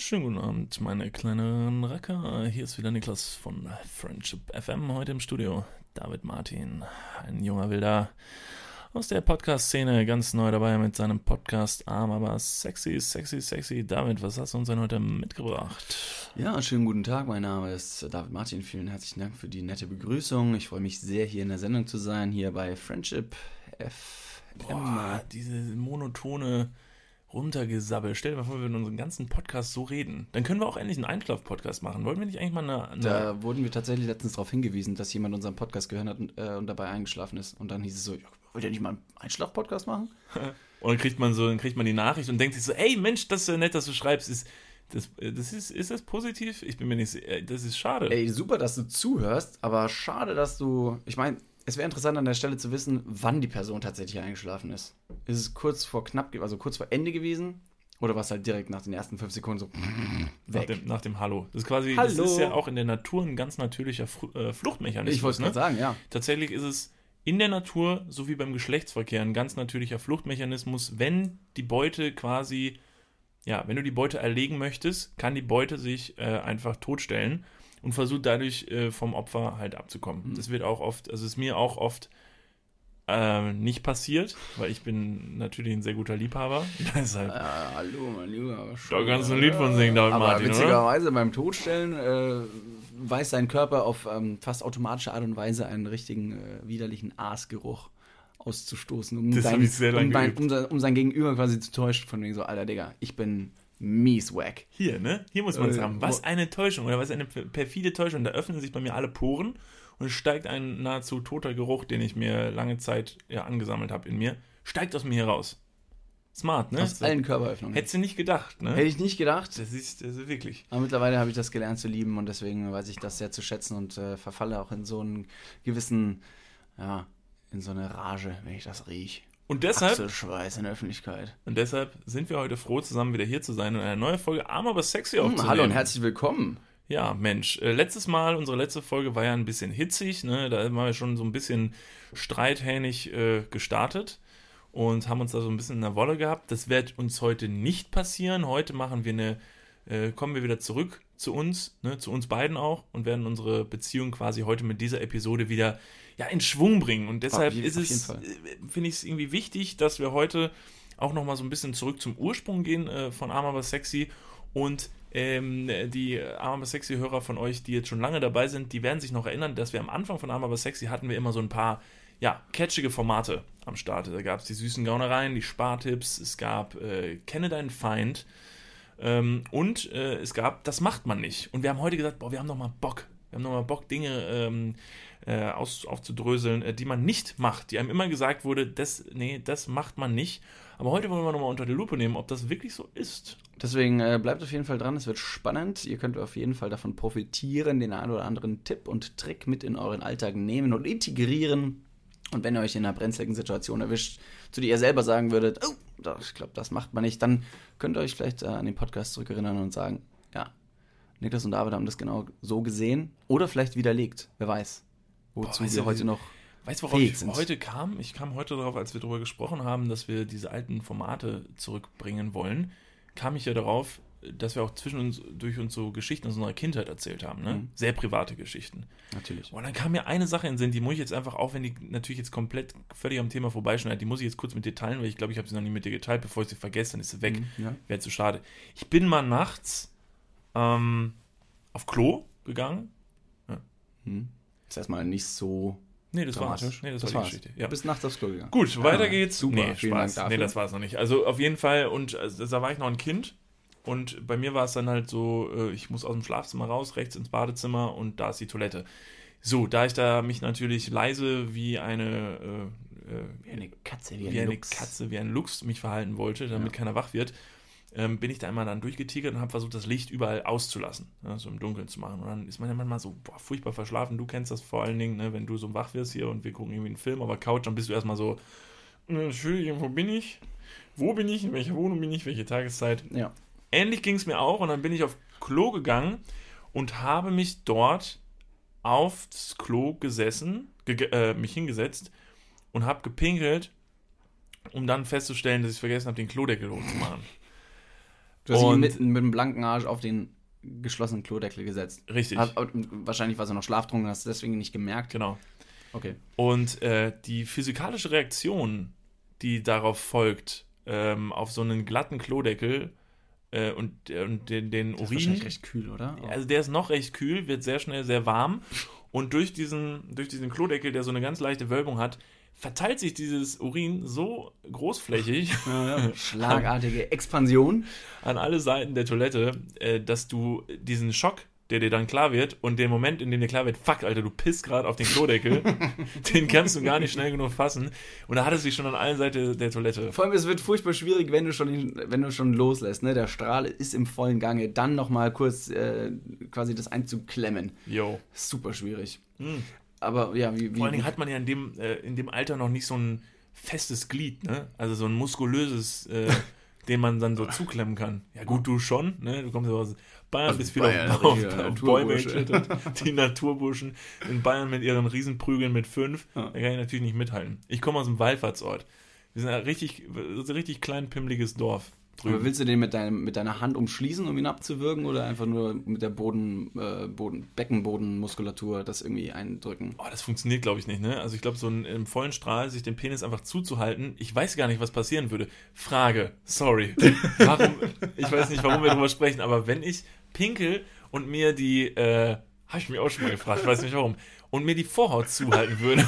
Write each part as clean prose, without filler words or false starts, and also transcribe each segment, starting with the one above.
Schönen guten Abend, meine kleinen Racker. Hier ist wieder Niklas von Friendship FM, heute im Studio. David Martin, ein junger Wilder aus der Podcast-Szene, ganz neu dabei mit seinem Podcast Arm, aber sexy, sexy, sexy. David, was hast du uns denn heute mitgebracht? Ja, schönen guten Tag, mein Name ist David Martin. Vielen herzlichen Dank für die nette Begrüßung. Ich freue mich sehr, hier in der Sendung zu sein, hier bei Friendship FM. Boah, diese monotone runtergesabbelt. Stell dir mal vor, wir würden unseren ganzen Podcast so reden. Dann können wir auch endlich einen Einschlaf-Podcast machen. Wollten wir nicht eigentlich mal eine... Da wurden wir tatsächlich letztens darauf hingewiesen, dass jemand unseren Podcast gehört hat und dabei eingeschlafen ist. Und dann hieß es so, ja, wollt ihr nicht mal einen Einschlaf-Podcast machen? Und dann kriegt man die Nachricht und denkt sich so, ey Mensch, das ist ja nett, dass du schreibst. Ist das positiv? Ich bin mir nicht sicher. Das ist schade. Ey, super, dass du zuhörst, aber schade, dass du... Ich meine, es wäre interessant an der Stelle zu wissen, wann die Person tatsächlich eingeschlafen ist. Ist es kurz vor Ende gewesen? Oder war es halt direkt nach den ersten 5 Sekunden so weg? Nach dem Hallo. Das ist quasi, Hallo. Das ist ja auch in der Natur ein ganz natürlicher Fluchtmechanismus. Ich wollte es gerade sagen, ja. Tatsächlich ist es in der Natur, so wie beim Geschlechtsverkehr, ein ganz natürlicher Fluchtmechanismus. Wenn die Beute wenn du die Beute erlegen möchtest, kann die Beute sich einfach totstellen und versucht dadurch vom Opfer halt abzukommen. Das wird auch oft, also ist mir auch oft nicht passiert, weil ich bin natürlich ein sehr guter Liebhaber. Deshalb, Hallo, mein Lieber. Da kannst du ein Lied von singen, David Martin, aber witzigerweise beim Todstellen weist dein Körper auf fast automatische Art und Weise einen richtigen widerlichen Aasgeruch auszustoßen, um sein Gegenüber quasi zu täuschen, von wegen so, Alter Digga, ich bin mies wack. Hier muss man sagen, was eine Täuschung oder was eine perfide Täuschung. Da öffnen sich bei mir alle Poren und es steigt ein nahezu toter Geruch, den ich mir lange Zeit angesammelt habe in mir, steigt aus mir heraus. Smart, ne? Aus allen Körperöffnungen. Hättest du nicht gedacht, ne? Hätte ich nicht gedacht. Das ist wirklich. Aber mittlerweile habe ich das gelernt zu lieben und deswegen weiß ich das sehr zu schätzen und verfalle auch in so einen gewissen, in so eine Rage, wenn ich das rieche. Und deshalb Achselschweiß in der Öffentlichkeit. Und deshalb sind wir heute froh, zusammen wieder hier zu sein und eine neue Folge Arm, aber sexy aufzunehmen. Hallo und herzlich willkommen. Ja, Mensch, unsere letzte Folge war ja ein bisschen hitzig, ne? Da waren wir schon so ein bisschen streithähnig gestartet und haben uns da so ein bisschen in der Wolle gehabt. Das wird uns heute nicht passieren. Heute kommen wir wieder zurück zu uns, ne? Zu uns beiden auch und werden unsere Beziehung quasi heute mit dieser Episode wieder in Schwung bringen. Und deshalb finde ich es irgendwie wichtig, dass wir heute auch nochmal so ein bisschen zurück zum Ursprung gehen von Arm aber sexy und die Arm aber sexy Hörer von euch, die jetzt schon lange dabei sind, die werden sich noch erinnern, dass wir am Anfang von Arm aber sexy hatten wir immer so ein paar catchige Formate am Start. Da gab es die süßen Gaunereien, die Spartipps, es gab Kenne deinen Feind und es gab Das macht man nicht. Und wir haben heute gesagt, wir haben nochmal Bock. Dinge aufzudröseln, die man nicht macht, die einem immer gesagt wurde, das macht man nicht. Aber heute wollen wir nochmal unter die Lupe nehmen, ob das wirklich so ist. Deswegen bleibt auf jeden Fall dran, es wird spannend. Ihr könnt auf jeden Fall davon profitieren, den einen oder anderen Tipp und Trick mit in euren Alltag nehmen und integrieren. Und wenn ihr euch in einer brenzligen Situation erwischt, zu der ihr selber sagen würdet, ich glaube, das macht man nicht, dann könnt ihr euch vielleicht an den Podcast zurückerinnern und sagen, Niklas und David haben das genau so gesehen oder vielleicht widerlegt, wer weiß, wozu wir heute noch weißt du, worauf ich heute kam? Ich kam heute darauf, als wir darüber gesprochen haben, dass wir diese alten Formate zurückbringen wollen, kam ich ja darauf, dass wir auch durch uns so Geschichten aus unserer Kindheit erzählt haben, ne? Sehr private Geschichten. Natürlich. Und dann kam mir eine Sache in den Sinn, die muss ich jetzt einfach, auch wenn die natürlich jetzt komplett völlig am Thema vorbeischneidet, die muss ich jetzt kurz mit dir teilen, weil ich glaube, ich habe sie noch nie mit dir geteilt, bevor ich sie vergesse, dann ist sie weg. Wäre zu schade. Ich bin mal nachts auf Klo gegangen. Ja. Das ist erstmal nicht so dramatisch. Das war die Geschichte. Ja. Du bist nachts aufs Klo gegangen. Gut, weiter geht's. Super, vielen Dank dafür. Das war es noch nicht. Also auf jeden Fall, und da war ich noch ein Kind und bei mir war es dann halt so, ich muss aus dem Schlafzimmer raus, rechts ins Badezimmer und da ist die Toilette. So, da ich da mich natürlich leise wie eine Katze, wie ein Luchs mich verhalten wollte, damit keiner wach wird, bin ich da einmal dann durchgetigert und habe versucht, das Licht überall auszulassen, so im Dunkeln zu machen. Und dann ist man ja manchmal so furchtbar verschlafen. Du kennst das vor allen Dingen, ne, wenn du so wach wirst hier und wir gucken irgendwie einen Film auf der Couch, dann bist du erstmal so, Entschuldigung, wo bin ich? Wo bin ich? In welcher Wohnung bin ich? Welche Tageszeit? Ja. Ähnlich ging es mir auch und dann bin ich auf Klo gegangen und habe mich dort aufs Klo mich hingesetzt und habe gepinkelt, um dann festzustellen, dass ich vergessen habe, den Klodeckel hochzumachen. Du hast ihn mit einem blanken Arsch auf den geschlossenen Klodeckel gesetzt. Richtig. Wahrscheinlich warst du noch schlaftrunken, hast du deswegen nicht gemerkt. Genau. Okay. Und die physikalische Reaktion, die darauf folgt, auf so einen glatten Klodeckel und den Das ist Urin. wahrscheinlich recht kühl, oder? Also der ist noch recht kühl, wird sehr schnell sehr warm. Und durch diesen Klodeckel, der so eine ganz leichte Wölbung hat, verteilt sich dieses Urin so großflächig Schlagartige Expansion an alle Seiten der Toilette, dass du diesen Schock, der dir dann klar wird, und den Moment, in dem dir klar wird, fuck, Alter, du pisst gerade auf den Klodeckel, den kannst du gar nicht schnell genug fassen. Und da hat es sich schon an allen Seiten der Toilette. Vor allem, es wird furchtbar schwierig, wenn du schon loslässt. Ne? Der Strahl ist im vollen Gange. Dann nochmal kurz quasi das einzuklemmen. Jo. Super schwierig. Hm. Aber ja, wie. Vor allen Dingen hat man ja in dem Alter noch nicht so ein festes Glied, ne? Also so ein muskulöses, den man dann so zuklemmen kann. Ja gut, du schon, ne? Du kommst ja aus Bayern, bist viel auf Bäume geklettert. Die Naturburschen in Bayern mit ihren Riesenprügeln mit 5. Da kann ich natürlich nicht mithalten. Ich komme aus dem Wallfahrtsort. Wir sind ein richtig klein, pimmeliges Dorf. Drüben. Aber willst du den mit deiner Hand umschließen, um ihn abzuwürgen, oder einfach nur mit der Beckenbodenmuskulatur das irgendwie eindrücken? Oh, das funktioniert, glaube ich, nicht, ne? Also ich glaube, so im vollen Strahl sich den Penis einfach zuzuhalten, ich weiß gar nicht, was passieren würde. Frage, sorry. Ich weiß nicht, warum wir darüber sprechen, aber wenn ich pinkel und mir die, habe ich mich auch schon mal gefragt, ich weiß nicht warum, und mir die Vorhaut zuhalten würde,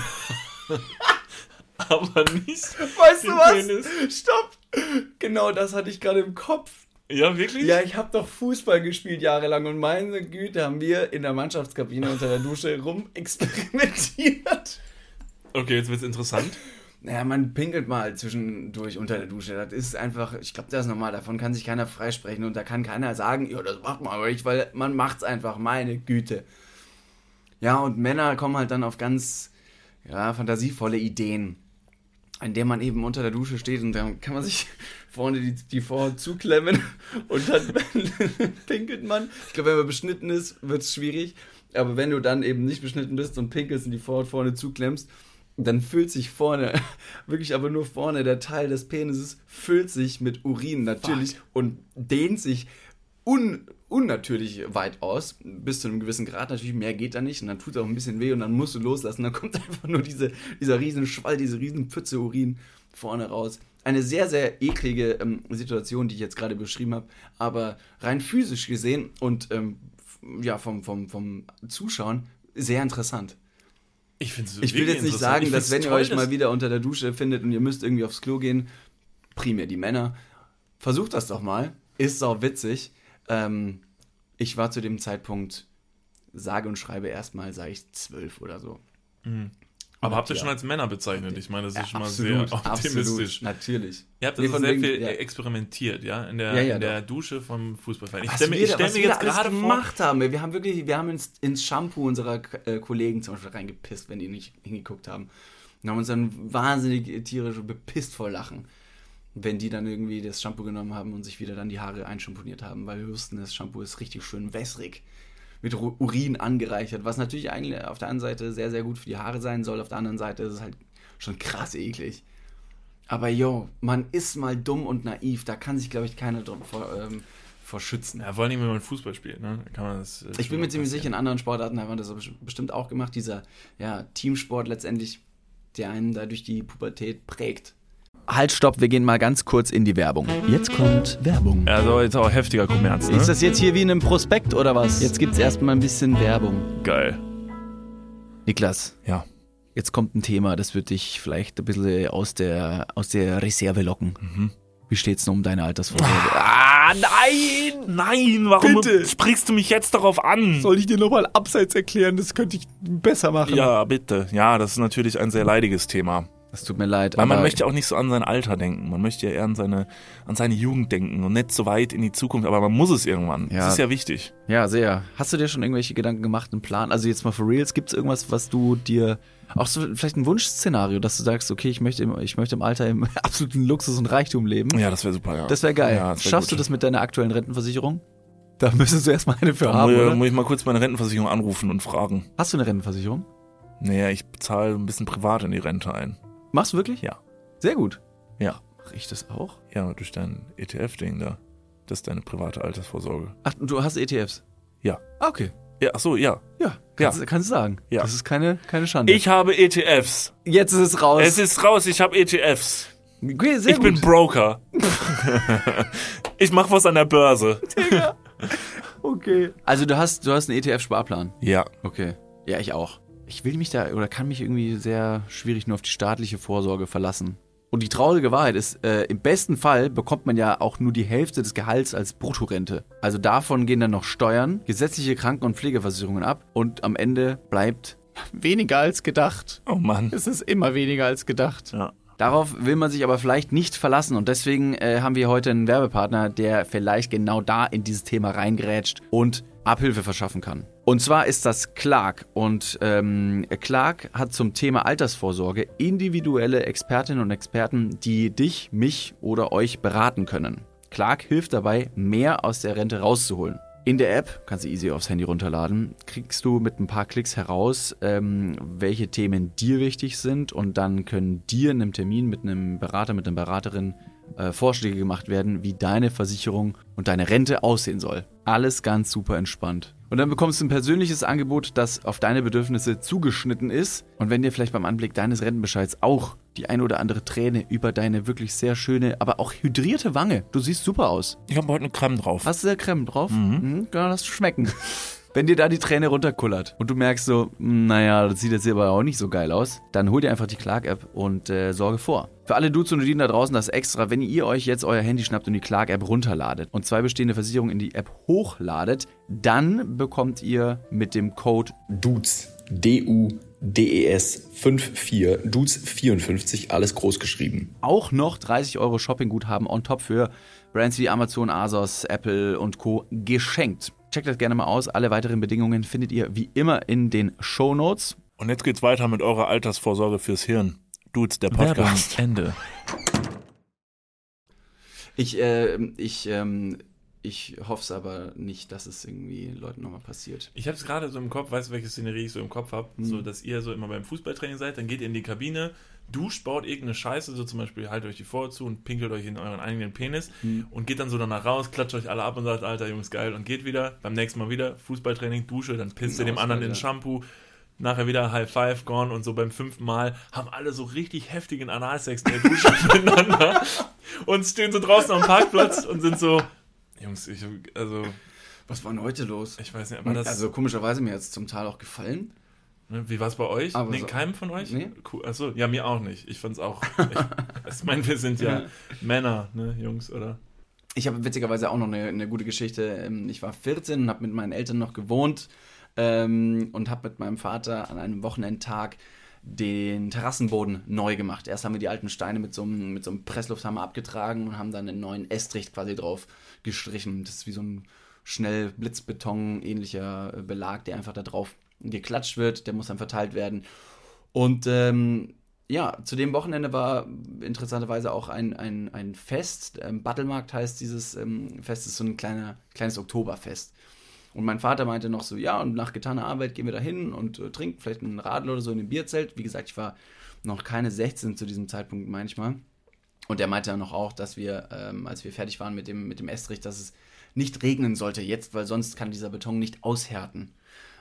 aber nicht Weißt du was? Penis. Stopp! Genau das hatte ich gerade im Kopf. Ja, wirklich? Ja, ich habe doch Fußball gespielt jahrelang und meine Güte, haben wir in der Mannschaftskabine unter der Dusche rumexperimentiert. Okay, jetzt wird's interessant. Naja, man pinkelt mal zwischendurch unter der Dusche. Das ist einfach, ich glaube, das ist normal. Davon kann sich keiner freisprechen und da kann keiner sagen, ja, das macht man aber nicht, weil man macht's einfach, meine Güte. Ja, und Männer kommen halt dann auf ganz fantasievolle Ideen, indem man eben unter der Dusche steht und dann kann man sich vorne die Vorhaut zuklemmen und dann pinkelt man. Ich glaube, wenn man beschnitten ist, wird es schwierig. Aber wenn du dann eben nicht beschnitten bist und pinkelst und die Vorhaut vorne zuklemmst, dann füllt sich vorne, wirklich aber nur vorne, der Teil des Penises füllt sich mit Urin natürlich und dehnt sich unnatürlich weit aus, bis zu einem gewissen Grad. Natürlich, mehr geht da nicht und dann tut es auch ein bisschen weh und dann musst du loslassen. Dann kommt einfach nur dieser riesen Schwall, diese riesen Pfütze Urin vorne raus. Eine sehr, sehr eklige Situation, die ich jetzt gerade beschrieben habe, aber rein physisch gesehen und vom Zuschauen sehr interessant. Ich will jetzt nicht sagen, dass wenn ihr euch mal wieder unter der Dusche findet und ihr müsst irgendwie aufs Klo gehen, primär die Männer, versucht das doch mal. Ist sau witzig. Ich war zu dem Zeitpunkt, sage und schreibe erstmal, sage ich 12 oder so. Mhm. Aber habt ihr schon als Männer bezeichnet? Ich meine, das ist schon mal sehr optimistisch. Absolut, natürlich. Ihr habt also sehr viel experimentiert, ja? In der Dusche vom Fußballverein. Ich stelle mir jetzt gerade gemacht haben. Wir haben ins Shampoo unserer Kollegen zum Beispiel reingepisst, wenn die nicht hingeguckt haben. Und haben uns dann wahnsinnig tierisch bepisst vor Lachen, wenn die dann irgendwie das Shampoo genommen haben und sich wieder dann die Haare einschamponiert haben, weil wir wussten, das Shampoo ist richtig schön wässrig, mit Urin angereichert, was natürlich eigentlich auf der einen Seite sehr, sehr gut für die Haare sein soll, auf der anderen Seite ist es halt schon krass eklig. Aber man ist mal dumm und naiv, da kann sich, glaube ich, keiner vor schützen. Ja, vor allem, wenn man Fußball spielt, ne? Kann man das ich bin mir ziemlich sicher, in anderen Sportarten haben wir das bestimmt auch gemacht, dieser Teamsport letztendlich, der einen da durch die Pubertät prägt. Halt, stopp, wir gehen mal ganz kurz in die Werbung. Jetzt kommt Werbung. Also jetzt auch heftiger Kommerz, ne? Ist das jetzt hier wie in einem Prospekt oder was? Jetzt gibt's erstmal ein bisschen Werbung. Geil. Niklas. Ja. Jetzt kommt ein Thema, das wird dich vielleicht ein bisschen aus der Reserve locken. Mhm. Wie steht's denn um deine Altersvorsorge? Nein, warum sprichst du mich jetzt darauf an? Soll ich dir nochmal abseits erklären? Das könnte ich besser machen. Ja, bitte. Ja, das ist natürlich ein sehr leidiges Thema. Es tut mir leid. Weil man möchte auch nicht so an sein Alter denken. Man möchte ja eher an seine Jugend denken und nicht so weit in die Zukunft. Aber man muss es irgendwann. Ja. Das ist ja wichtig. Ja, sehr. Hast du dir schon irgendwelche Gedanken gemacht, einen Plan? Also jetzt mal for reals, gibt es irgendwas, was du dir, auch so vielleicht ein Wunschszenario, dass du sagst, okay, ich möchte im Alter im absoluten Luxus und Reichtum leben? Ja, das wäre super, ja. Das wäre geil. Ja, Schaffst du das mit deiner aktuellen Rentenversicherung? Da müsstest du erstmal eine für haben, oder? Muss ich mal kurz meine Rentenversicherung anrufen und fragen. Hast du eine Rentenversicherung? Naja, ich bezahle ein bisschen privat in die Rente ein. Machst du wirklich? Ja. Sehr gut. Ja. Mach ich das auch? Ja, durch dein ETF-Ding da. Das ist deine private Altersvorsorge. Ach, du hast ETFs? Ja. Okay. Ja, ach so, ja. Ja, kannst du sagen. Ja. Das ist keine Schande. Ich habe ETFs. Jetzt ist es raus. Es ist raus, ich habe ETFs. Okay, sehr Ich gut. bin Broker. Ich mache was an der Börse. Digga. Okay. Also du hast einen ETF-Sparplan? Ja. Okay. Ja, ich auch. Ich will mich kann mich irgendwie sehr schwierig nur auf die staatliche Vorsorge verlassen. Und die traurige Wahrheit ist, im besten Fall bekommt man ja auch nur die Hälfte des Gehalts als Bruttorente. Also davon gehen dann noch Steuern, gesetzliche Kranken- und Pflegeversicherungen ab und am Ende bleibt weniger als gedacht. Oh Mann. Es ist immer weniger als gedacht. Ja. Darauf will man sich aber vielleicht nicht verlassen und deswegen haben wir heute einen Werbepartner, der vielleicht genau da in dieses Thema reingrätscht und Abhilfe verschaffen kann. Und zwar ist das Clark und Clark hat zum Thema Altersvorsorge individuelle Expertinnen und Experten, die dich, mich oder euch beraten können. Clark hilft dabei, mehr aus der Rente rauszuholen. In der App, kannst du easy aufs Handy runterladen, kriegst du mit ein paar Klicks heraus, welche Themen dir wichtig sind und dann können dir in einem Termin mit einem Berater, mit einer Beraterin Vorschläge gemacht werden, wie deine Versicherung und deine Rente aussehen soll. Alles ganz super entspannt. Und dann bekommst du ein persönliches Angebot, das auf deine Bedürfnisse zugeschnitten ist. Und wenn dir vielleicht beim Anblick deines Rentenbescheids auch die eine oder andere Träne über deine wirklich sehr schöne, aber auch hydrierte Wange, du siehst super aus. Ich habe heute eine Creme drauf. Hast du da Creme drauf? Mhm. Kann das schmecken. Wenn dir da die Träne runterkullert und du merkst so, naja, das sieht jetzt aber auch nicht so geil aus, dann hol dir einfach die Clark-App und sorge vor. Für alle Dudes und Dudinen da draußen das extra, wenn ihr euch jetzt euer Handy schnappt und die Clark-App runterladet und 2 bestehende Versicherungen in die App hochladet, dann bekommt ihr mit dem Code DUDES, D-U-D-E-S 54, DUDES 54, alles groß geschrieben. auch noch 30 € Shoppingguthaben on top für Brands wie Amazon, ASOS, Apple und Co. geschenkt. Checkt das gerne mal aus. Alle weiteren Bedingungen findet ihr wie immer in den Shownotes. Und jetzt geht's weiter mit eurer Altersvorsorge fürs Hirn. Dudes, der Podcast. Ende. Ich hoffe es aber nicht, dass es irgendwie Leuten nochmal passiert. Ich habe es gerade so im Kopf, weißt du, welche Szenerie ich so im Kopf habe? So, dass ihr so immer beim Fußballtraining seid, dann geht ihr in die Kabine, duscht, baut irgendeine Scheiße, so zum Beispiel haltet euch die Vorhaut zu und pinkelt euch in euren eigenen Penis und geht dann so danach raus, klatscht euch alle ab und sagt, Alter, Jungs, geil, und geht wieder, beim nächsten Mal wieder, Fußballtraining, Dusche, dann pisst ihr dem anderen ins Shampoo, nachher wieder High Five, gone und so beim 5. Mal haben alle so richtig heftigen Analsex in der Dusche miteinander und stehen so draußen am Parkplatz und sind so, Jungs, Was war denn heute los? ich weiß nicht, aber das... Also komischerweise mir jetzt zum Teil auch gefallen. Ne, wie war es bei euch? Aber Nee, so- keinem von euch? Nee. Cool. Achso, ja, mir auch nicht. Ich fand's auch. Ich meine, wir sind ja Männer, ne, Jungs, oder? Ich habe witzigerweise auch noch eine gute Geschichte. Ich war 14 und habe mit meinen Eltern noch gewohnt und habe mit meinem Vater an einem Wochenendtag den Terrassenboden neu gemacht. Erst haben wir die alten Steine mit so einem Presslufthammer abgetragen und haben dann einen neuen Estrich quasi drauf gestrichen. Das ist wie so ein schnell Blitzbeton ähnlicher Belag, der einfach da drauf geklatscht wird. Der muss dann verteilt werden. Und ja, zu dem Wochenende war interessanterweise auch ein Fest. Battlemarkt heißt dieses Fest, ist so ein kleines Oktoberfest. Und mein Vater meinte noch so, ja, und nach getaner Arbeit gehen wir da hin und trinken vielleicht einen Radl oder so in dem Bierzelt. Wie gesagt, ich war noch keine 16 zu diesem Zeitpunkt manchmal. Und er meinte dann noch auch, dass wir, als wir fertig waren mit dem Estrich, dass es nicht regnen sollte jetzt, weil sonst kann dieser Beton nicht aushärten.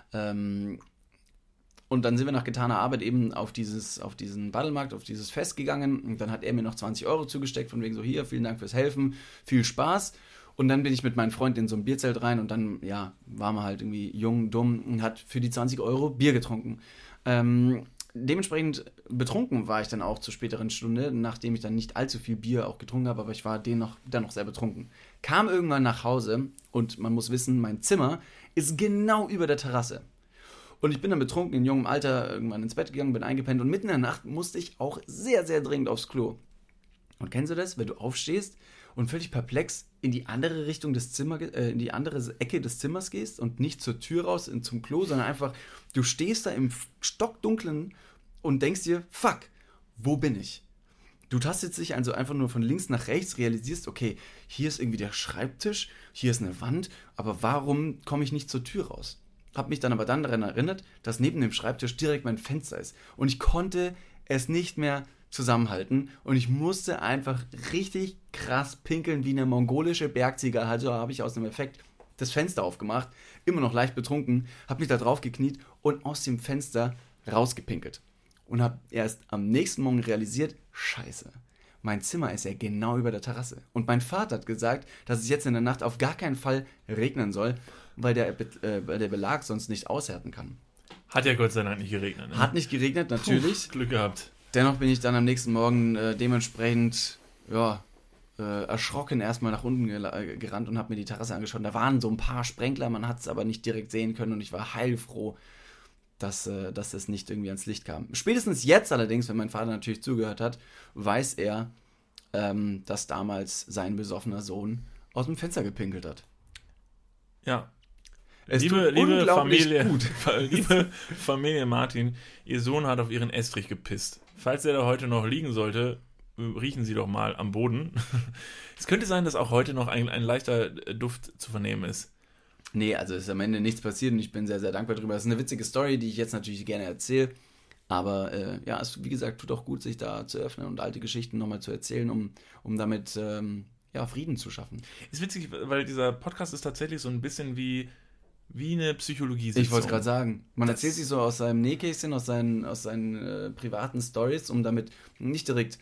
Und dann sind wir nach getaner Arbeit eben auf diesen Battlemarkt, auf dieses Fest gegangen. Und dann hat er mir noch 20 € zugesteckt, von wegen so, hier, vielen Dank fürs Helfen, viel Spaß. Und dann bin ich mit meinem Freund in so ein Bierzelt rein und dann, ja, war man halt irgendwie jung, dumm und hat für die 20 € Bier getrunken. Dementsprechend betrunken war ich dann auch zur späteren Stunde, nachdem ich dann nicht allzu viel Bier auch getrunken habe, aber ich war dann noch sehr betrunken. Kam irgendwann nach Hause und man muss wissen, mein Zimmer ist genau über der Terrasse. Und ich bin dann betrunken in jungem Alter irgendwann ins Bett gegangen, bin eingepennt und mitten in der Nacht musste ich auch sehr, sehr dringend aufs Klo. Und kennst du das, wenn du aufstehst und völlig perplex in die andere Richtung des Zimmers, in die andere Ecke des Zimmers gehst und nicht zur Tür raus zum Klo, sondern einfach, du stehst da im Stockdunklen und denkst dir, fuck, wo bin ich? Du tastest dich also einfach nur von links nach rechts, realisierst, okay, hier ist irgendwie der Schreibtisch, hier ist eine Wand, aber warum komme ich nicht zur Tür raus? Hab mich dann aber daran erinnert, dass neben dem Schreibtisch direkt mein Fenster ist und ich konnte es nicht mehr zusammenhalten und ich musste einfach richtig krass pinkeln wie eine mongolische Bergziege. Also habe ich aus dem Effekt das Fenster aufgemacht, immer noch leicht betrunken, habe mich da drauf gekniet und aus dem Fenster rausgepinkelt. Und habe erst am nächsten Morgen realisiert, scheiße, mein Zimmer ist ja genau über der Terrasse. Und mein Vater hat gesagt, dass es jetzt in der Nacht auf gar keinen Fall regnen soll, weil der Belag sonst nicht aushärten kann. Hat ja Gott sei Dank nicht geregnet. Ne? Hat nicht geregnet, natürlich. Glück gehabt. Dennoch bin ich dann am nächsten Morgen dementsprechend erschrocken erstmal nach unten gerannt und habe mir die Terrasse angeschaut. Da waren so ein paar Sprenkler, man hat es aber nicht direkt sehen können und ich war heilfroh, dass es nicht irgendwie ans Licht kam. Spätestens jetzt allerdings, wenn mein Vater natürlich zugehört hat, weiß er, dass damals sein besoffener Sohn aus dem Fenster gepinkelt hat. Ja. Es Liebe Familie, gut. Liebe Familie Martin, ihr Sohn hat auf ihren Estrich gepisst. Falls er da heute noch liegen sollte, riechen Sie doch mal am Boden. Es könnte sein, dass auch heute noch ein leichter Duft zu vernehmen ist. Nee, also ist am Ende nichts passiert und ich bin sehr, sehr dankbar drüber. Das ist eine witzige Story, die ich jetzt natürlich gerne erzähle. Aber es, wie gesagt, tut auch gut, sich da zu öffnen und alte Geschichten nochmal zu erzählen, um damit Frieden zu schaffen. Ist witzig, weil dieser Podcast ist tatsächlich so ein bisschen wie eine Psychologie-Sitzung. Ich wollte es gerade sagen. Man erzählt sich so aus seinem Nähkästchen, aus seinen privaten Stories, um damit nicht direkt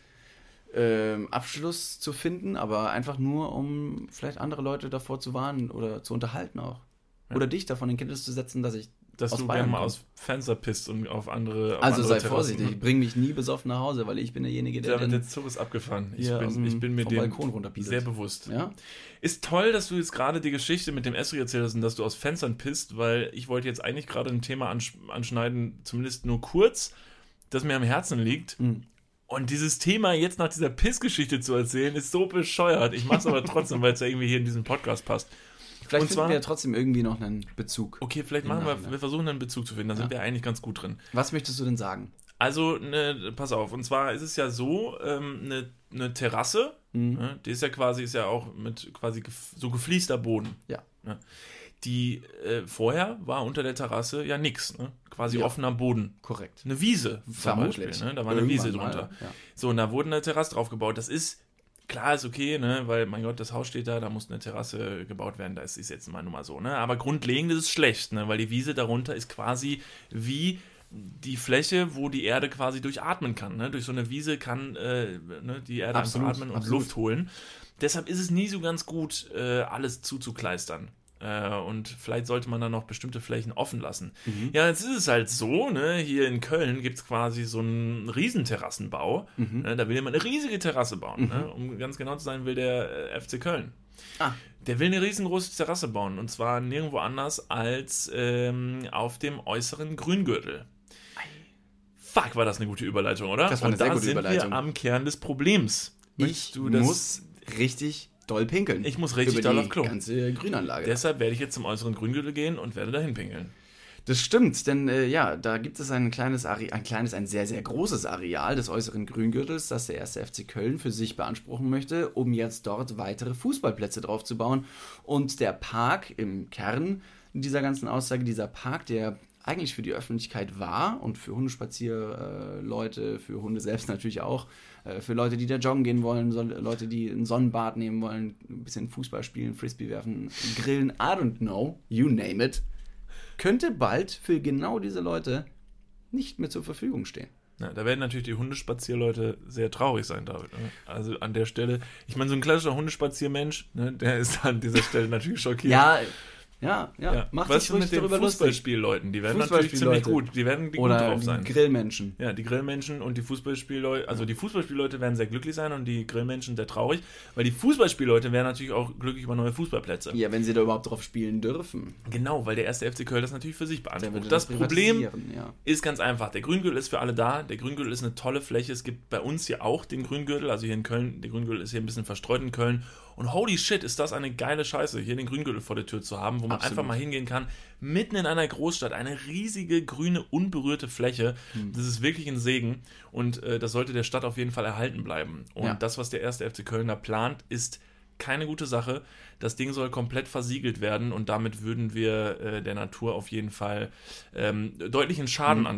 Abschluss zu finden, aber einfach nur, um vielleicht andere Leute davor zu warnen oder zu unterhalten auch. Ja. Oder dich davon in Kenntnis zu setzen, dass du gerne mal aus Fenster pisst und auf andere Also sei Terrassen. Vorsichtig, ich bringe mich nie besoffen nach Hause, weil ich bin derjenige, der Zug ist abgefahren. Ich bin mir dem Balkon runterpieselt. Sehr bewusst. Ja? Ist toll, dass du jetzt gerade die Geschichte mit dem Estrich erzählt hast und dass du aus Fenstern pisst, weil ich wollte jetzt eigentlich gerade ein Thema anschneiden, zumindest nur kurz, das mir am Herzen liegt. Mhm. Und dieses Thema jetzt nach dieser Pissgeschichte zu erzählen, ist so bescheuert. Ich mache es aber trotzdem, weil es ja irgendwie hier in diesen Podcast passt. Vielleicht finden wir ja trotzdem irgendwie noch einen Bezug. Okay, vielleicht wir versuchen einen Bezug zu finden, da sind wir eigentlich ganz gut drin. Was möchtest du denn sagen? Also, pass auf, und zwar ist es ja so, eine Terrasse, die ist ja auch mit quasi so gefliester Boden. Ja. Die vorher war unter der Terrasse ja nix, ne? Quasi offener Boden. Korrekt. Eine Wiese zum Beispiel, ne? Da war eine Wiese drunter. Ja. So, und da wurde eine Terrasse drauf gebaut. Das ist, klar, ist okay, ne? Weil, mein Gott, das Haus steht da muss eine Terrasse gebaut werden. Das ist jetzt mal nur mal so, ne? Aber grundlegend ist es schlecht, ne? Weil die Wiese darunter ist quasi wie die Fläche, wo die Erde quasi durchatmen kann. Ne? Durch so eine Wiese kann die Erde einfach atmen und Luft holen. Deshalb ist es nie so ganz gut, alles zuzukleistern. Und vielleicht sollte man dann noch bestimmte Flächen offen lassen. Mhm. Ja, jetzt ist es halt so, ne? Hier in Köln gibt es quasi so einen Riesenterrassenbau. Mhm. Da will jemand eine riesige Terrasse bauen. Ne? Um ganz genau zu sein, will der FC Köln. Der will eine riesengroße Terrasse bauen. Und zwar nirgendwo anders als auf dem äußeren Grüngürtel. Fuck, war das eine gute Überleitung, oder? Das war eine sehr gute Überleitung. Da sind wir am Kern des Problems. Ich muss richtig doll pinkeln. Ich muss richtig doll auf Klo. Die ganze Grünanlage. Deshalb werde ich jetzt zum äußeren Grüngürtel gehen und werde dahin pinkeln. Das stimmt, denn da gibt es ein sehr, sehr großes Areal des äußeren Grüngürtels, das der 1. FC Köln für sich beanspruchen möchte, um jetzt dort weitere Fußballplätze drauf zu bauen. Und der Park im Kern dieser ganzen Aussage, dieser Park, der eigentlich für die Öffentlichkeit war und für Hundespazierleute, für Hunde selbst natürlich auch, für Leute, die da joggen gehen wollen, Leute, die ein Sonnenbad nehmen wollen, ein bisschen Fußball spielen, Frisbee werfen, grillen, I don't know, you name it, könnte bald für genau diese Leute nicht mehr zur Verfügung stehen. Ja, da werden natürlich die Hundespazierleute sehr traurig sein, David. Ne? Also an der Stelle, ich meine, so ein klassischer Hundespaziermensch, ne, der ist an dieser Stelle natürlich schockiert. Ja. Macht sich ruhig darüber lustig. Fußballspielleute, die werden natürlich ziemlich gut. Die werden gut drauf sein. Die Grillmenschen. Ja, die Grillmenschen und die Fußballspielleute. Also die Fußballspielleute werden sehr glücklich sein und die Grillmenschen sehr traurig, weil die Fußballspielleute werden natürlich auch glücklich über neue Fußballplätze. Ja, wenn sie da überhaupt drauf spielen dürfen. Genau, weil der 1. FC Köln das natürlich für sich beansprucht. Das Problem ist ganz einfach. Der Grüngürtel ist für alle da. Der Grüngürtel ist eine tolle Fläche. Es gibt bei uns hier auch den Grüngürtel. Also hier in Köln, der Grüngürtel ist hier ein bisschen verstreut in Köln. Und holy shit, ist das eine geile Scheiße, hier den Grüngürtel vor der Tür zu haben, wo man einfach mal hingehen kann, mitten in einer Großstadt, eine riesige, grüne, unberührte Fläche. Das ist wirklich ein Segen und das sollte der Stadt auf jeden Fall erhalten bleiben. Und das, was der 1. FC Köln da plant, ist keine gute Sache. Das Ding soll komplett versiegelt werden und damit würden wir der Natur auf jeden Fall deutlichen Schaden antun.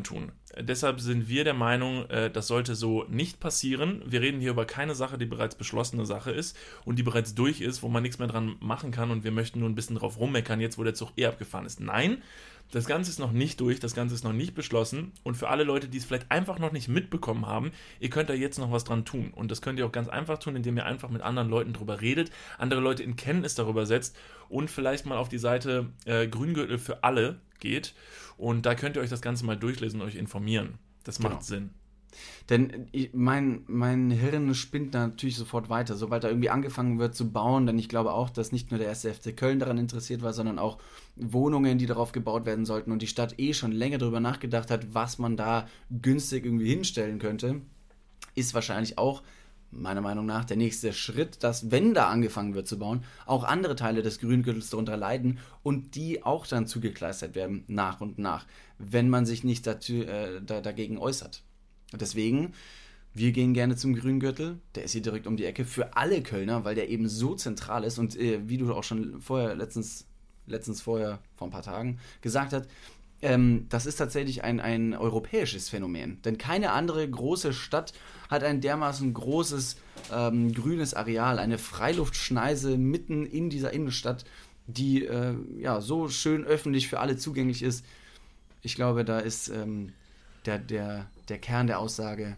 Deshalb sind wir der Meinung, das sollte so nicht passieren. Wir reden hier über keine Sache, die bereits beschlossene Sache ist und die bereits durch ist, wo man nichts mehr dran machen kann und wir möchten nur ein bisschen drauf rummeckern, jetzt wo der Zug abgefahren ist. Nein, das Ganze ist noch nicht durch, das Ganze ist noch nicht beschlossen und für alle Leute, die es vielleicht einfach noch nicht mitbekommen haben, ihr könnt da jetzt noch was dran tun und das könnt ihr auch ganz einfach tun, indem ihr einfach mit anderen Leuten drüber redet, andere Leute in Kenntnis darüber setzt und vielleicht mal auf die Seite Grüngürtel für alle geht und da könnt ihr euch das Ganze mal durchlesen und euch informieren. Das macht Sinn. Denn mein Hirn spinnt natürlich sofort weiter, sobald da irgendwie angefangen wird zu bauen, denn ich glaube auch, dass nicht nur der 1. FC Köln daran interessiert war, sondern auch Wohnungen, die darauf gebaut werden sollten und die Stadt schon länger darüber nachgedacht hat, was man da günstig irgendwie hinstellen könnte, ist wahrscheinlich auch meiner Meinung nach der nächste Schritt, dass, wenn da angefangen wird zu bauen, auch andere Teile des Grüngürtels darunter leiden und die auch dann zugekleistert werden, nach und nach, wenn man sich nicht dagegen äußert. Deswegen, wir gehen gerne zum Grüngürtel, der ist hier direkt um die Ecke, für alle Kölner, weil der eben so zentral ist und wie du auch schon letztens vor ein paar Tagen gesagt hast, das ist tatsächlich ein europäisches Phänomen, denn keine andere große Stadt hat ein dermaßen großes grünes Areal, eine Freiluftschneise mitten in dieser Innenstadt, die so schön öffentlich für alle zugänglich ist. Ich glaube, da ist der Kern der Aussage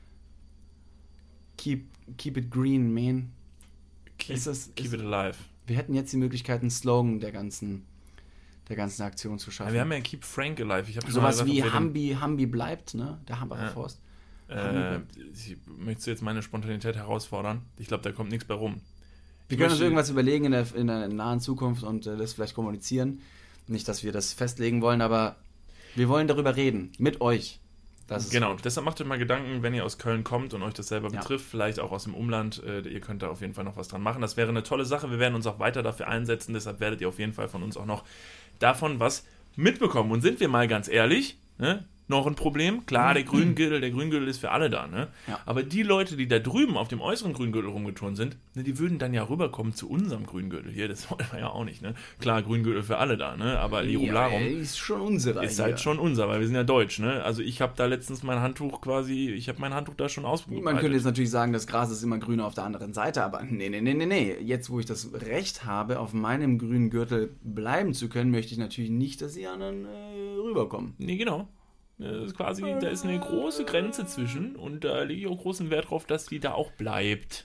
keep it green, man. Keep it alive. Wir hätten jetzt die Möglichkeit, einen Slogan der ganzen Aktion zu schaffen. Ja, wir haben ja Keep Frank alive. Sowas wie Hambi bleibt, ne? Der Hambacher Forst. Möchtest du jetzt meine Spontanität herausfordern? Ich glaube, da kommt nichts bei rum. Wir können uns irgendwas überlegen in der nahen Zukunft und das vielleicht kommunizieren. Nicht, dass wir das festlegen wollen, aber wir wollen darüber reden. Mit euch. Genau, deshalb macht euch mal Gedanken, wenn ihr aus Köln kommt und euch das selber betrifft, vielleicht auch aus dem Umland, ihr könnt da auf jeden Fall noch was dran machen. Das wäre eine tolle Sache, wir werden uns auch weiter dafür einsetzen, deshalb werdet ihr auf jeden Fall von uns auch noch davon was mitbekommen. Und sind wir mal ganz ehrlich, ne? Noch ein Problem? Klar, der Grüngürtel ist für alle da, ne? Ja. Aber die Leute, die da drüben auf dem äußeren Grüngürtel rumgeturnt sind, ne, die würden dann ja rüberkommen zu unserem Grüngürtel hier, das wollen wir ja auch nicht, ne? Klar, Grüngürtel für alle da, ne? Aber Lirum ist schon unserer. Ist halt schon unser, weil wir sind ja deutsch, ne? Also ich habe da letztens mein Handtuch da schon ausgebreitet. Man könnte jetzt natürlich sagen, das Gras ist immer grüner auf der anderen Seite, aber nee. Jetzt, wo ich das Recht habe, auf meinem grünen Gürtel bleiben zu können, möchte ich natürlich nicht, dass die anderen rüberkommen. Nee, genau. Das ist quasi, da ist eine große Grenze zwischen und da lege ich auch großen Wert drauf, dass die da auch bleibt.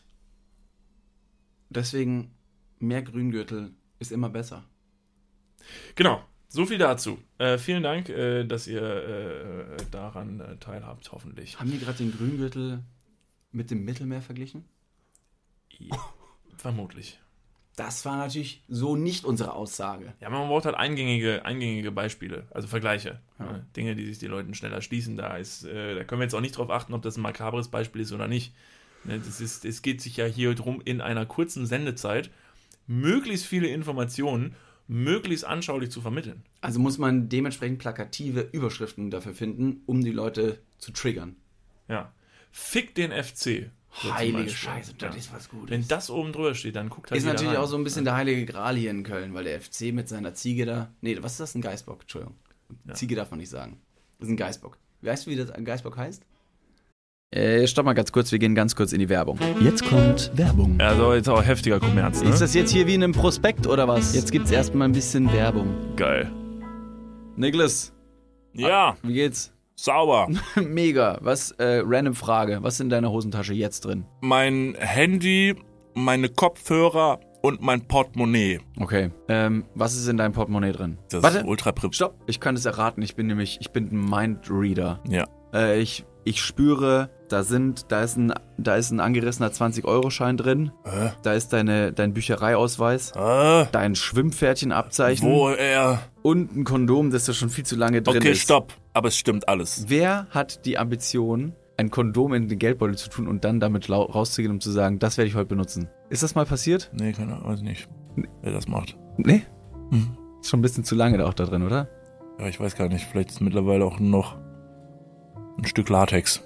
Deswegen, mehr Grüngürtel ist immer besser. Genau, so viel dazu. Vielen Dank, dass ihr daran teilhabt, hoffentlich. Haben die gerade den Grüngürtel mit dem Mittelmeer verglichen? Ja, vermutlich. Das war natürlich so nicht unsere Aussage. Ja, man braucht halt eingängige Beispiele, also Vergleiche. Ja. Dinge, die sich die Leuten schneller schließen. Da können wir jetzt auch nicht drauf achten, ob das ein makabres Beispiel ist oder nicht. Es geht sich ja hier darum, in einer kurzen Sendezeit möglichst viele Informationen möglichst anschaulich zu vermitteln. Also muss man dementsprechend plakative Überschriften dafür finden, um die Leute zu triggern. Ja. Fick den FC. So heilige Scheiße, das ist was Gutes. Wenn das oben drüber steht, dann guckt halt ist natürlich rein. Auch so ein bisschen der heilige Gral hier in Köln, weil der FC mit seiner Ziege da... Nee, was ist das? Ein Geißbock, Entschuldigung. Ja. Ziege darf man nicht sagen. Das ist ein Geißbock. Weißt du, wie das ein Geißbock heißt? Stopp mal ganz kurz, wir gehen ganz kurz in die Werbung. Jetzt kommt Werbung. Also jetzt auch heftiger Kommerz, ne? Ist das jetzt hier wie in einem Prospekt oder was? Jetzt gibt's erstmal ein bisschen Werbung. Geil. Niklas. Ja. Wie geht's? Sauber. Mega. Random Frage. Was ist in deiner Hosentasche jetzt drin? Mein Handy, meine Kopfhörer und mein Portemonnaie. Okay. Was ist in deinem Portemonnaie drin? Das ist ultra prip. Stopp. Ich kann es erraten. Ich bin ein Mindreader. Ja. Ich spüre, da ist ein angerissener 20-Euro-Schein drin. Da ist dein Büchereiausweis. Dein Schwimmpferdchenabzeichen. Wo er? Und ein Kondom, das da schon viel zu lange drin ist. Okay, stopp. Aber es stimmt alles. Wer hat die Ambition, ein Kondom in den Geldbeutel zu tun und dann damit rauszugehen, um zu sagen, das werde ich heute benutzen? Ist das mal passiert? Nee, keine Ahnung, weiß nicht, wer das macht. Nee? Ist schon ein bisschen zu lange auch da drin, oder? Ja, ich weiß gar nicht. Vielleicht ist mittlerweile auch noch ein Stück Latex,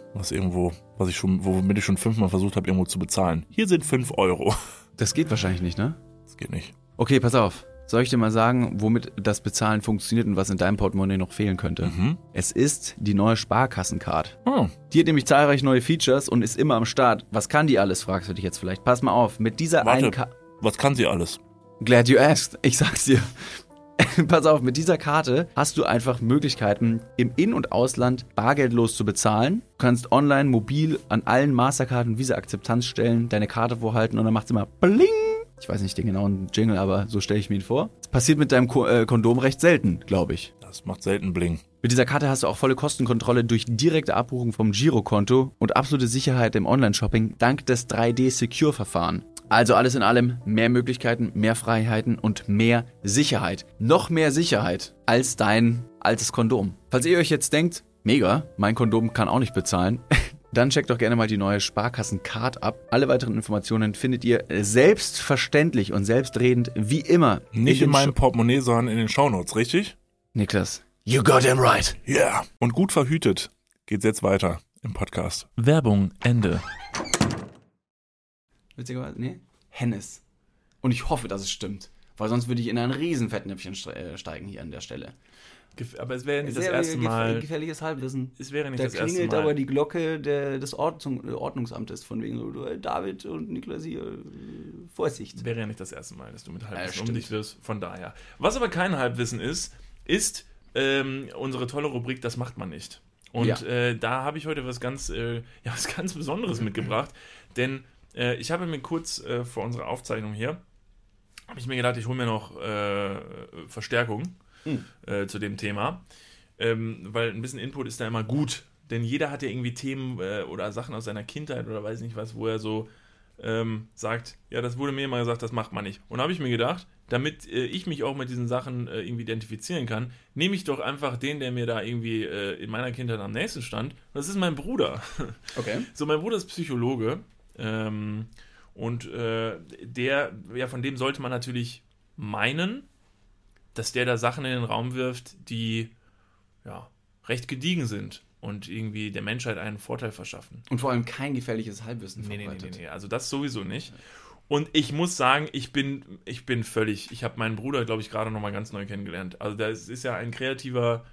womit ich schon 5-mal versucht habe, irgendwo zu bezahlen. Hier sind 5 Euro. Das geht wahrscheinlich nicht, ne? Das geht nicht. Okay, pass auf. Soll ich dir mal sagen, womit das Bezahlen funktioniert und was in deinem Portemonnaie noch fehlen könnte? Es ist die neue Sparkassencard. Die hat nämlich zahlreiche neue Features und ist immer am Start. Was kann die alles, fragst du dich jetzt vielleicht. Pass mal auf, mit dieser einen Karte... Was kann sie alles? Glad you asked. Ich sag's dir. Pass auf, mit dieser Karte hast du einfach Möglichkeiten, im In- und Ausland bargeldlos zu bezahlen. Du kannst online, mobil an allen Mastercard- und Visa-Akzeptanzstellen deine Karte vorhalten und dann macht's immer Bling. Ich weiß nicht den genauen Jingle, aber so stelle ich mir ihn vor. Das passiert mit deinem Kondom recht selten, glaube ich. Das macht selten Bling. Mit dieser Karte hast du auch volle Kostenkontrolle durch direkte Abbuchung vom Girokonto und absolute Sicherheit im Online-Shopping dank des 3D-Secure-Verfahren. Also alles in allem mehr Möglichkeiten, mehr Freiheiten und mehr Sicherheit. Noch mehr Sicherheit als dein altes Kondom. Falls ihr euch jetzt denkt, mega, mein Kondom kann auch nicht bezahlen, dann checkt doch gerne mal die neue Sparkassen-Card ab. Alle weiteren Informationen findet ihr selbstverständlich und selbstredend wie immer. Nicht in meinem Portemonnaie, sondern in den Shownotes, richtig? Niklas, you got him right. Ja. Yeah. Und gut verhütet geht's jetzt weiter im Podcast. Werbung, Ende. Witzigerweise, nee, Hennes. Und ich hoffe, dass es stimmt. Weil sonst würde ich in ein riesen Fettnäpfchen steigen hier an der Stelle. Aber es wäre ja nicht das erste Mal. Gefährliches Halbwissen. Es wäre nicht da das erste Mal. Da klingelt aber die Glocke des Ordnungsamtes von wegen so, David und Niklas hier, Vorsicht. Wäre ja nicht das erste Mal, dass du mit Halbwissen um dich wirst, von daher. Was aber kein Halbwissen ist unsere tolle Rubrik, das macht man nicht. Und da habe ich heute was ganz Besonderes mitgebracht, denn ich habe mir kurz vor unserer Aufzeichnung hier, habe ich mir gedacht, ich hole mir noch Verstärkung zu dem Thema, weil ein bisschen Input ist da immer gut, denn jeder hat ja irgendwie Themen oder Sachen aus seiner Kindheit oder weiß nicht was, wo er so sagt, ja, das wurde mir immer gesagt, das macht man nicht. Und da habe ich mir gedacht, damit ich mich auch mit diesen Sachen irgendwie identifizieren kann, nehme ich doch einfach den, der mir da irgendwie in meiner Kindheit am nächsten stand. Das ist mein Bruder. Okay. So, mein Bruder ist Psychologe und von dem sollte man natürlich meinen, dass der da Sachen in den Raum wirft, die ja recht gediegen sind und irgendwie der Menschheit einen Vorteil verschaffen. Und vor allem kein gefährliches Halbwissen verbreitet. Nee, also das sowieso nicht. Und ich muss sagen, ich habe meinen Bruder, glaube ich, gerade noch mal ganz neu kennengelernt. Also das ist ja ein kreativer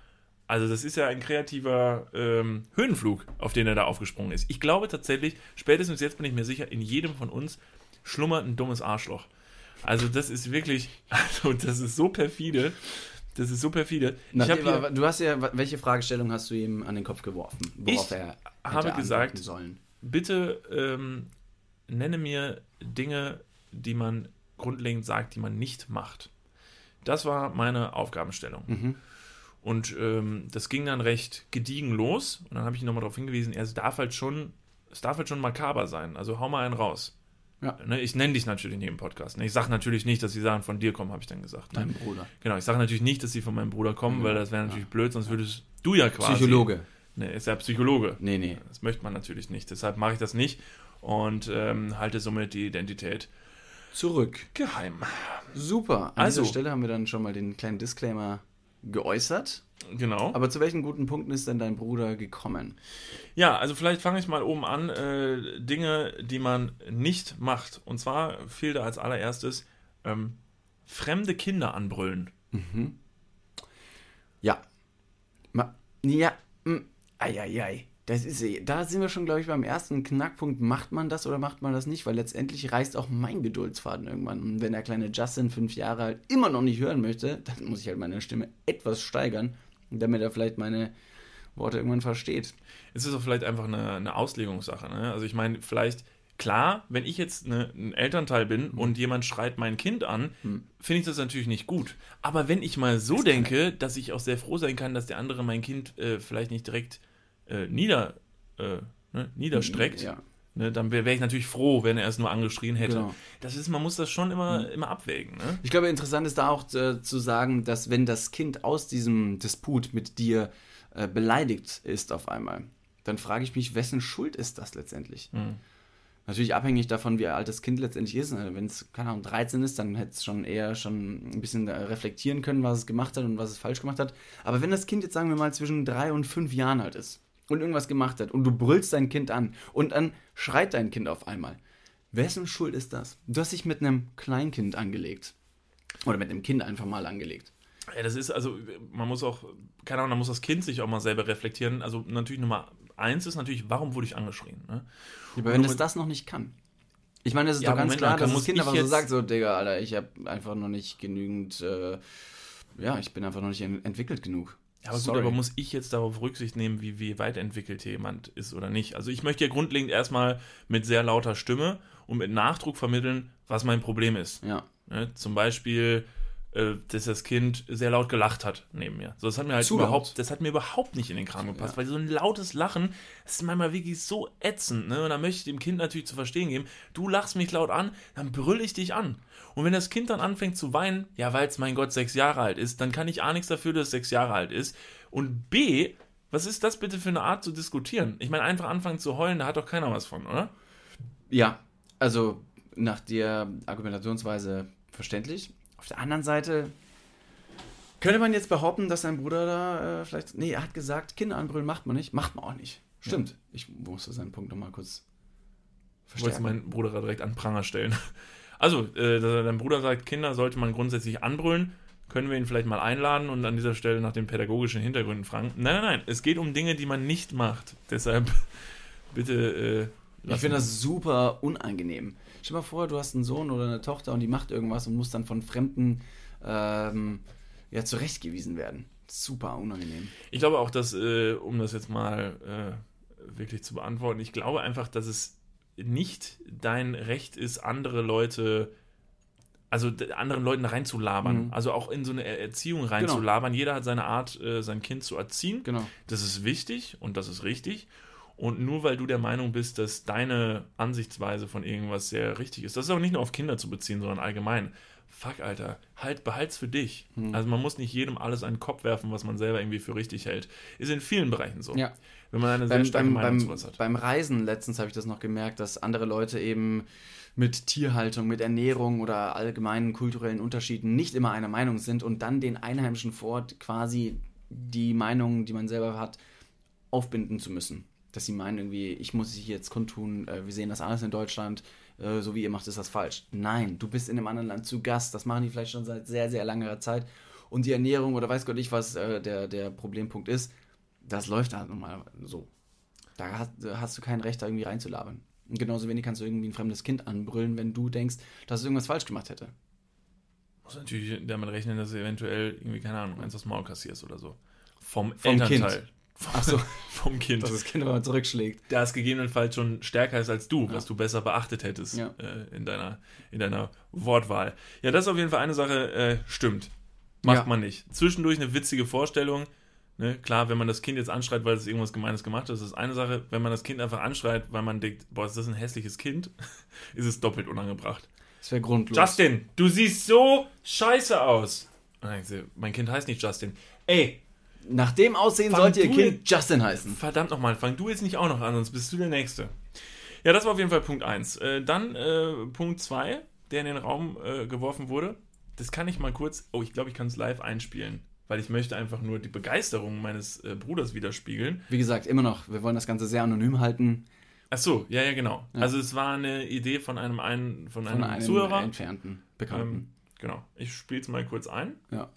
Höhenflug, auf den er da aufgesprungen ist. Ich glaube tatsächlich, spätestens jetzt bin ich mir sicher, in jedem von uns schlummert ein dummes Arschloch. Also das ist wirklich, das ist so perfide. Das ist so perfide. Du hast ja, welche Fragestellung hast du ihm an den Kopf geworfen, worauf er habe gesagt, sollen? Bitte nenne mir Dinge, die man grundlegend sagt, die man nicht macht. Das war meine Aufgabenstellung. Mhm. Und das ging dann recht gediegen los. Und dann habe ich ihn nochmal darauf hingewiesen, es darf halt schon makaber sein. Also hau mal einen raus. Ja. Ne, ich nenne dich natürlich in jedem Podcast. Ne? Ich sage natürlich nicht, dass die Sachen von dir kommen, habe ich dann gesagt. Ne? Dein Bruder. Genau, ich sage natürlich nicht, dass sie von meinem Bruder kommen, weil das wäre natürlich blöd, sonst würdest du ja quasi... Psychologe. Ne, ist ja Psychologe. Nee. Das möchte man natürlich nicht. Deshalb mache ich das nicht und halte somit die Identität zurück. Geheim. Super. An dieser Stelle haben wir dann schon mal den kleinen Disclaimer geäußert. Genau. Aber zu welchen guten Punkten ist denn dein Bruder gekommen? Ja, also vielleicht fange ich mal oben an. Dinge, die man nicht macht. Und zwar fiel da als allererstes fremde Kinder anbrüllen. Mhm. Ja. Eieiei. Da sind wir schon, glaube ich, beim ersten Knackpunkt. Macht man das oder macht man das nicht? Weil letztendlich reißt auch mein Geduldsfaden irgendwann. Und wenn der kleine Justin, 5 Jahre alt, immer noch nicht hören möchte, dann muss ich halt meine Stimme etwas steigern, damit er vielleicht meine Worte irgendwann versteht. Es ist auch vielleicht einfach eine Auslegungssache. Ne? Also ich meine, vielleicht, klar, wenn ich jetzt ein Elternteil bin und jemand schreit mein Kind an, finde ich das natürlich nicht gut. Aber wenn ich mal so denke, dass ich auch sehr froh sein kann, dass der andere mein Kind vielleicht nicht direkt niederstreckt, ne, dann wäre ich natürlich froh, wenn er es nur angeschrien hätte. Genau. Das ist, man muss das schon immer abwägen. Ne? Ich glaube, interessant ist da auch zu sagen, dass wenn das Kind aus diesem Disput mit dir beleidigt ist auf einmal, dann frage ich mich, wessen Schuld ist das letztendlich? Natürlich abhängig davon, wie alt das Kind letztendlich ist. Wenn es, keine Ahnung, 13 ist, dann hätte es schon ein bisschen reflektieren können, was es gemacht hat und was es falsch gemacht hat. Aber wenn das Kind jetzt, sagen wir mal, zwischen 3 und 5 Jahren alt ist und irgendwas gemacht hat und du brüllst dein Kind an und dann schreit dein Kind auf einmal, wessen Schuld ist das? Du hast dich mit einem Kleinkind angelegt. Oder mit einem Kind einfach mal angelegt. Ja, das ist, also, man muss auch, keine Ahnung, da muss das Kind sich auch mal selber reflektieren. Also, natürlich Nummer 1 ist natürlich, warum wurde ich angeschrien? Ne? Aber wenn es das noch nicht kann. Ich meine, es ist doch ganz klar, dass das Kind einfach so sagt, so, Digga, Alter, ich habe einfach noch nicht genügend, ich bin einfach noch nicht entwickelt genug. Ja, aber gut, aber muss ich jetzt darauf Rücksicht nehmen, wie weit entwickelt jemand ist oder nicht? Also ich möchte ja grundlegend erstmal mit sehr lauter Stimme und mit Nachdruck vermitteln, was mein Problem ist. Ja. Ne? Zum Beispiel, dass das Kind sehr laut gelacht hat neben mir. So, das hat mir halt überhaupt nicht in den Kram gepasst, weil so ein lautes Lachen, das ist manchmal wirklich so ätzend, ne? Und da möchte ich dem Kind natürlich zu verstehen geben, du lachst mich laut an, dann brülle ich dich an. Und wenn das Kind dann anfängt zu weinen, ja, weil es, mein Gott, 6 Jahre alt ist, dann kann ich A, nichts dafür, dass es 6 Jahre alt ist. Und B, was ist das bitte für eine Art zu diskutieren? Ich meine, einfach anfangen zu heulen, da hat doch keiner was von, oder? Ja, also nach der Argumentationsweise verständlich. Auf der anderen Seite könnte man jetzt behaupten, dass sein Bruder da vielleicht... Nee, er hat gesagt, Kinder anbrüllen macht man nicht. Macht man auch nicht. Stimmt. Ja. Ich musste seinen Punkt nochmal kurz verstärken. Ich wollte meinen Bruder direkt an Pranger stellen. Also, dein Bruder sagt, Kinder sollte man grundsätzlich anbrüllen. Können wir ihn vielleicht mal einladen und an dieser Stelle nach den pädagogischen Hintergründen fragen? Nein. Es geht um Dinge, die man nicht macht. Deshalb bitte... ich finde das super unangenehm. Stell dir mal vor, du hast einen Sohn oder eine Tochter und die macht irgendwas und muss dann von Fremden zurechtgewiesen werden. Super unangenehm. Ich glaube auch, dass, um das jetzt mal wirklich zu beantworten, ich glaube einfach, dass es nicht dein Recht ist, anderen Leuten reinzulabern. Mhm. Also auch in so eine Erziehung reinzulabern. Genau. Jeder hat seine Art, sein Kind zu erziehen. Genau. Das ist wichtig und das ist richtig. Und nur weil du der Meinung bist, dass deine Ansichtsweise von irgendwas sehr richtig ist, das ist auch nicht nur auf Kinder zu beziehen, sondern allgemein. Fuck, Alter, behalt's für dich. Also man muss nicht jedem alles an den Kopf werfen, was man selber irgendwie für richtig hält. Ist in vielen Bereichen so. Ja. Wenn man eine sehr starke Meinung zu was hat. Beim Reisen letztens habe ich das noch gemerkt, dass andere Leute eben mit Tierhaltung, mit Ernährung oder allgemeinen kulturellen Unterschieden nicht immer einer Meinung sind und dann den Einheimischen vor Ort quasi die Meinung, die man selber hat, aufbinden zu müssen. Dass sie meinen irgendwie, ich muss sie jetzt kundtun, wir sehen das alles in Deutschland, so wie ihr macht, ist das falsch. Nein, du bist in einem anderen Land zu Gast, das machen die vielleicht schon seit sehr, sehr langer Zeit und die Ernährung oder weiß Gott nicht, was der Problempunkt ist, das läuft halt nun mal so. Da hast du kein Recht, da irgendwie reinzulabern. Und genauso wenig kannst du irgendwie ein fremdes Kind anbrüllen, wenn du denkst, dass es irgendwas falsch gemacht hätte. Muss natürlich damit rechnen, dass du eventuell irgendwie, keine Ahnung, eins aufs Maul kassierst oder so. Vom Elternteil. Kind. Achso, vom Kind. Dass das Kind aber zurückschlägt. Das gegebenenfalls schon stärker ist als du, was du besser beachtet hättest in deiner Wortwahl. Ja, das ist auf jeden Fall eine Sache, stimmt. Macht man nicht. Zwischendurch eine witzige Vorstellung. Ne? Klar, wenn man das Kind jetzt anschreit, weil es irgendwas Gemeines gemacht hat, ist das eine Sache. Wenn man das Kind einfach anschreit, weil man denkt, boah, ist das ein hässliches Kind, ist es doppelt unangebracht. Das wäre grundlos. Justin, du siehst so scheiße aus. Und dann denkt sie, mein Kind heißt nicht Justin. Ey, nach dem Aussehen sollte ihr Kind Justin heißen. Verdammt nochmal, fang du jetzt nicht auch noch an, sonst bist du der Nächste. Ja, das war auf jeden Fall Punkt 1. Dann Punkt 2, der in den Raum geworfen wurde. Das kann ich mal kurz, ich glaube, ich kann es live einspielen, weil ich möchte einfach nur die Begeisterung meines Bruders widerspiegeln. Wie gesagt, immer noch, wir wollen das Ganze sehr anonym halten. Ach so, ja, genau. Ja. Also es war eine Idee von einem Zuhörer. Entfernten Bekannten. Genau, ich spiele es mal kurz ein. Ja.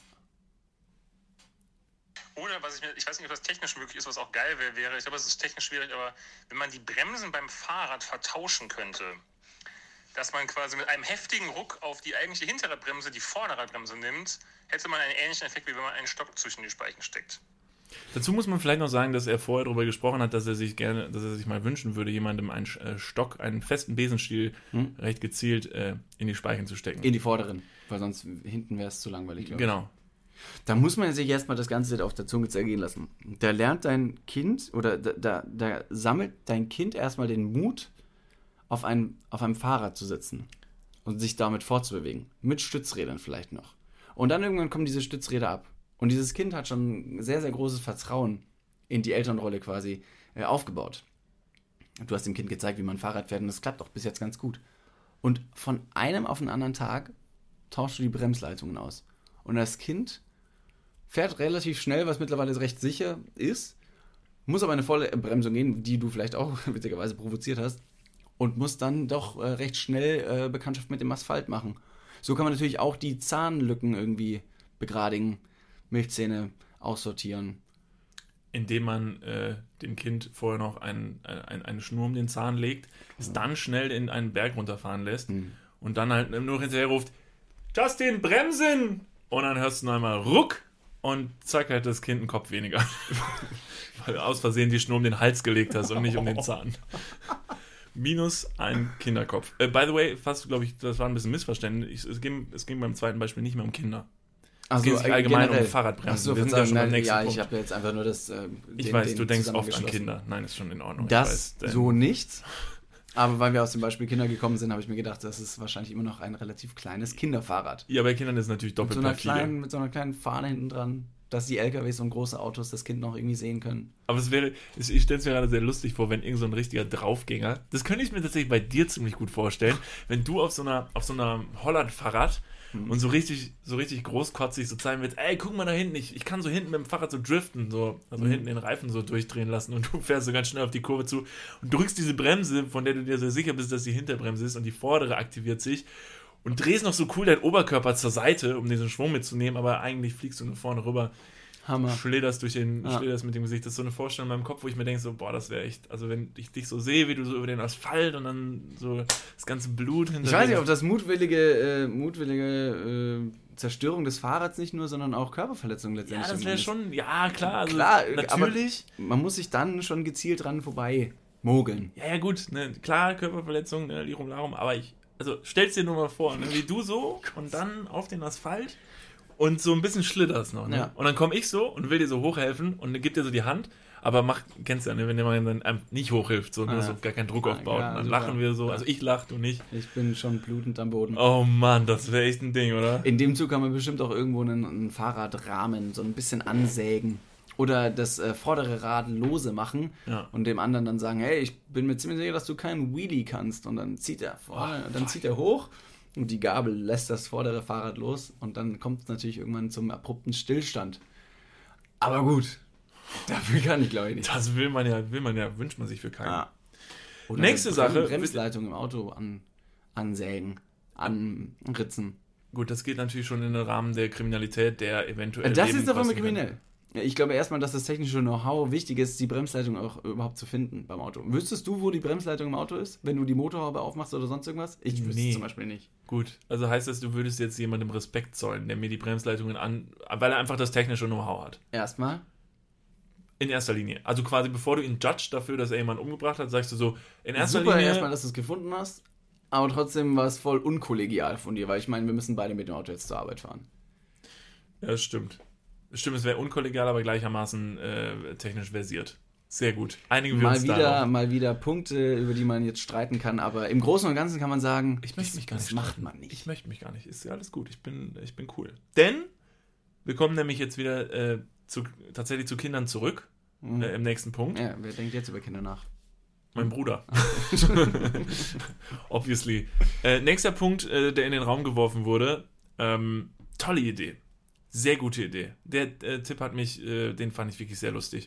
Oder ich weiß nicht, ob das technisch möglich ist, was auch geil wäre. Ich glaube, es ist technisch schwierig, aber wenn man die Bremsen beim Fahrrad vertauschen könnte, dass man quasi mit einem heftigen Ruck auf die eigentliche Hinterradbremse die Vorderradbremse nimmt, hätte man einen ähnlichen Effekt, wie wenn man einen Stock zwischen die Speichen steckt. Dazu muss man vielleicht noch sagen, dass er vorher darüber gesprochen hat, dass er sich mal wünschen würde, jemandem einen einen festen Besenstiel recht gezielt in die Speichen zu stecken. In die vorderen, weil sonst hinten wäre es zu langweilig, glaube ich. Genau. Da muss man sich erstmal das Ganze auf der Zunge zergehen lassen. Da lernt dein Kind oder da sammelt dein Kind erstmal den Mut, auf einem Fahrrad zu sitzen und sich damit fortzubewegen. Mit Stützrädern vielleicht noch. Und dann irgendwann kommen diese Stützräder ab. Und dieses Kind hat schon ein sehr, sehr großes Vertrauen in die Elternrolle quasi aufgebaut. Du hast dem Kind gezeigt, wie man Fahrrad fährt und das klappt auch bis jetzt ganz gut. Und von einem auf den anderen Tag tauschst du die Bremsleitungen aus. Und das Kind fährt relativ schnell, was mittlerweile recht sicher ist, muss aber eine volle Bremsung gehen, die du vielleicht auch witzigerweise provoziert hast, und muss dann doch recht schnell Bekanntschaft mit dem Asphalt machen. So kann man natürlich auch die Zahnlücken irgendwie begradigen, Milchzähne aussortieren. Indem man dem Kind vorher noch eine Schnur um den Zahn legt, es dann schnell in einen Berg runterfahren lässt und dann halt nur hinterher ruft, Justin, bremsen! Und dann hörst du noch einmal Ruck und zack, hat das Kind einen Kopf weniger. Weil du aus Versehen die Schnur um den Hals gelegt hast und nicht um den Zahn. Minus ein Kinderkopf. By the way, glaube ich, das war ein bisschen missverständlich. Es ging beim zweiten Beispiel nicht mehr um Kinder. Es geht sich allgemein generell um Fahrradbremsen. Wir sind ja schon beim nächsten Punkt. Punkt. Ich habe jetzt einfach nur das... Ich weiß, du denkst oft an Kinder. Nein, ist schon in Ordnung. Das so nicht. Aber weil wir aus dem Beispiel Kinder gekommen sind, habe ich mir gedacht, das ist wahrscheinlich immer noch ein relativ kleines Kinderfahrrad. Ja, bei Kindern ist es natürlich doppelt perfide. Mit so einer kleinen Fahne hinten dran, dass die LKWs und große Autos das Kind noch irgendwie sehen können. Aber ich stelle es mir gerade sehr lustig vor, wenn irgend so ein richtiger Draufgänger, das könnte ich mir tatsächlich bei dir ziemlich gut vorstellen, wenn du auf so einer Holland-Fahrrad und so richtig großkotzig so zeigen willst, ey, guck mal da hinten, ich kann so hinten mit dem Fahrrad so driften, hinten den Reifen so durchdrehen lassen und du fährst so ganz schnell auf die Kurve zu und drückst diese Bremse, von der du dir sehr sicher bist, dass die Hinterbremse ist und die vordere aktiviert sich und drehst noch so cool deinen Oberkörper zur Seite, um diesen Schwung mitzunehmen, aber eigentlich fliegst du nur vorne rüber. Hammer. Schlitterst mit dem Gesicht. Das ist so eine Vorstellung in meinem Kopf, wo ich mir denke, so, boah, das wäre echt, also wenn ich dich so sehe, wie du so über den Asphalt und dann so das ganze Blut hinter Ich weiß nicht, ob das mutwillige Zerstörung des Fahrrads nicht nur, sondern auch Körperverletzung letztendlich. Ja, das wäre schon, ja, klar, also klar, natürlich. Aber man muss sich dann schon gezielt dran vorbei mogeln. Ja, gut, ne, klar, Körperverletzung, ne, Lirum Larum, aber stell's dir nur mal vor, ne, wie du so und dann auf den Asphalt und so ein bisschen schlitterst noch, ne? Ja. Und dann komme ich so und will dir so hochhelfen und gib dir so die Hand, aber kennst du ja, ne, wenn jemand dann einem nicht hochhilft, so, so gar keinen Druck aufbaut. Ja, und dann super. lachen wir so, also ich lach, du nicht. Ich bin schon blutend am Boden. Oh Mann, das wäre echt ein Ding, oder? In dem Zug kann man bestimmt auch irgendwo einen Fahrradrahmen so ein bisschen ansägen. Oder das vordere Rad lose machen und dem anderen dann sagen, hey, ich bin mir ziemlich sicher, dass du keinen Wheelie kannst. Und dann zieht er zieht er hoch und die Gabel lässt das vordere Fahrrad los und dann kommt es natürlich irgendwann zum abrupten Stillstand. Aber gut, dafür kann ich, glaube ich, nicht. Das wünscht man sich für keinen. Ja. Oder Nächste Sache. Bremsleitung im Auto ansägen, anritzen. Gut, das geht natürlich schon in den Rahmen der Kriminalität, der eventuell. Das ist davon kriminell. Ja, ich glaube erstmal, dass das technische Know-how wichtig ist, die Bremsleitung auch überhaupt zu finden beim Auto. Wüsstest du, wo die Bremsleitung im Auto ist, wenn du die Motorhaube aufmachst oder sonst irgendwas? Ich wüsste es zum Beispiel nicht. Gut, also heißt das, du würdest jetzt jemandem Respekt zollen, der mir die Bremsleitungen weil er einfach das technische Know-how hat. Erstmal? In erster Linie. Also quasi bevor du ihn judgst dafür, dass er jemanden umgebracht hat, sagst du so, in erster Super, Linie... erstmal, dass du es gefunden hast, aber trotzdem war es voll unkollegial von dir, weil ich meine, wir müssen beide mit dem Auto jetzt zur Arbeit fahren. Ja, das stimmt. Stimmt, es wäre unkollegial, aber gleichermaßen technisch versiert. Sehr gut. Einigen wir uns darauf. Mal wieder Punkte, über die man jetzt streiten kann, aber im Großen und Ganzen kann man sagen, ich möchte mich gar nicht das macht man nicht. Ich möchte mich gar nicht. Ist ja alles gut. Ich bin cool. Denn wir kommen nämlich jetzt wieder tatsächlich zu Kindern zurück im nächsten Punkt. Ja, wer denkt jetzt über Kinder nach? Mein Bruder. Obviously. Nächster Punkt, der in den Raum geworfen wurde. Tolle Idee. Sehr gute Idee. Der Tipp den fand ich wirklich sehr lustig.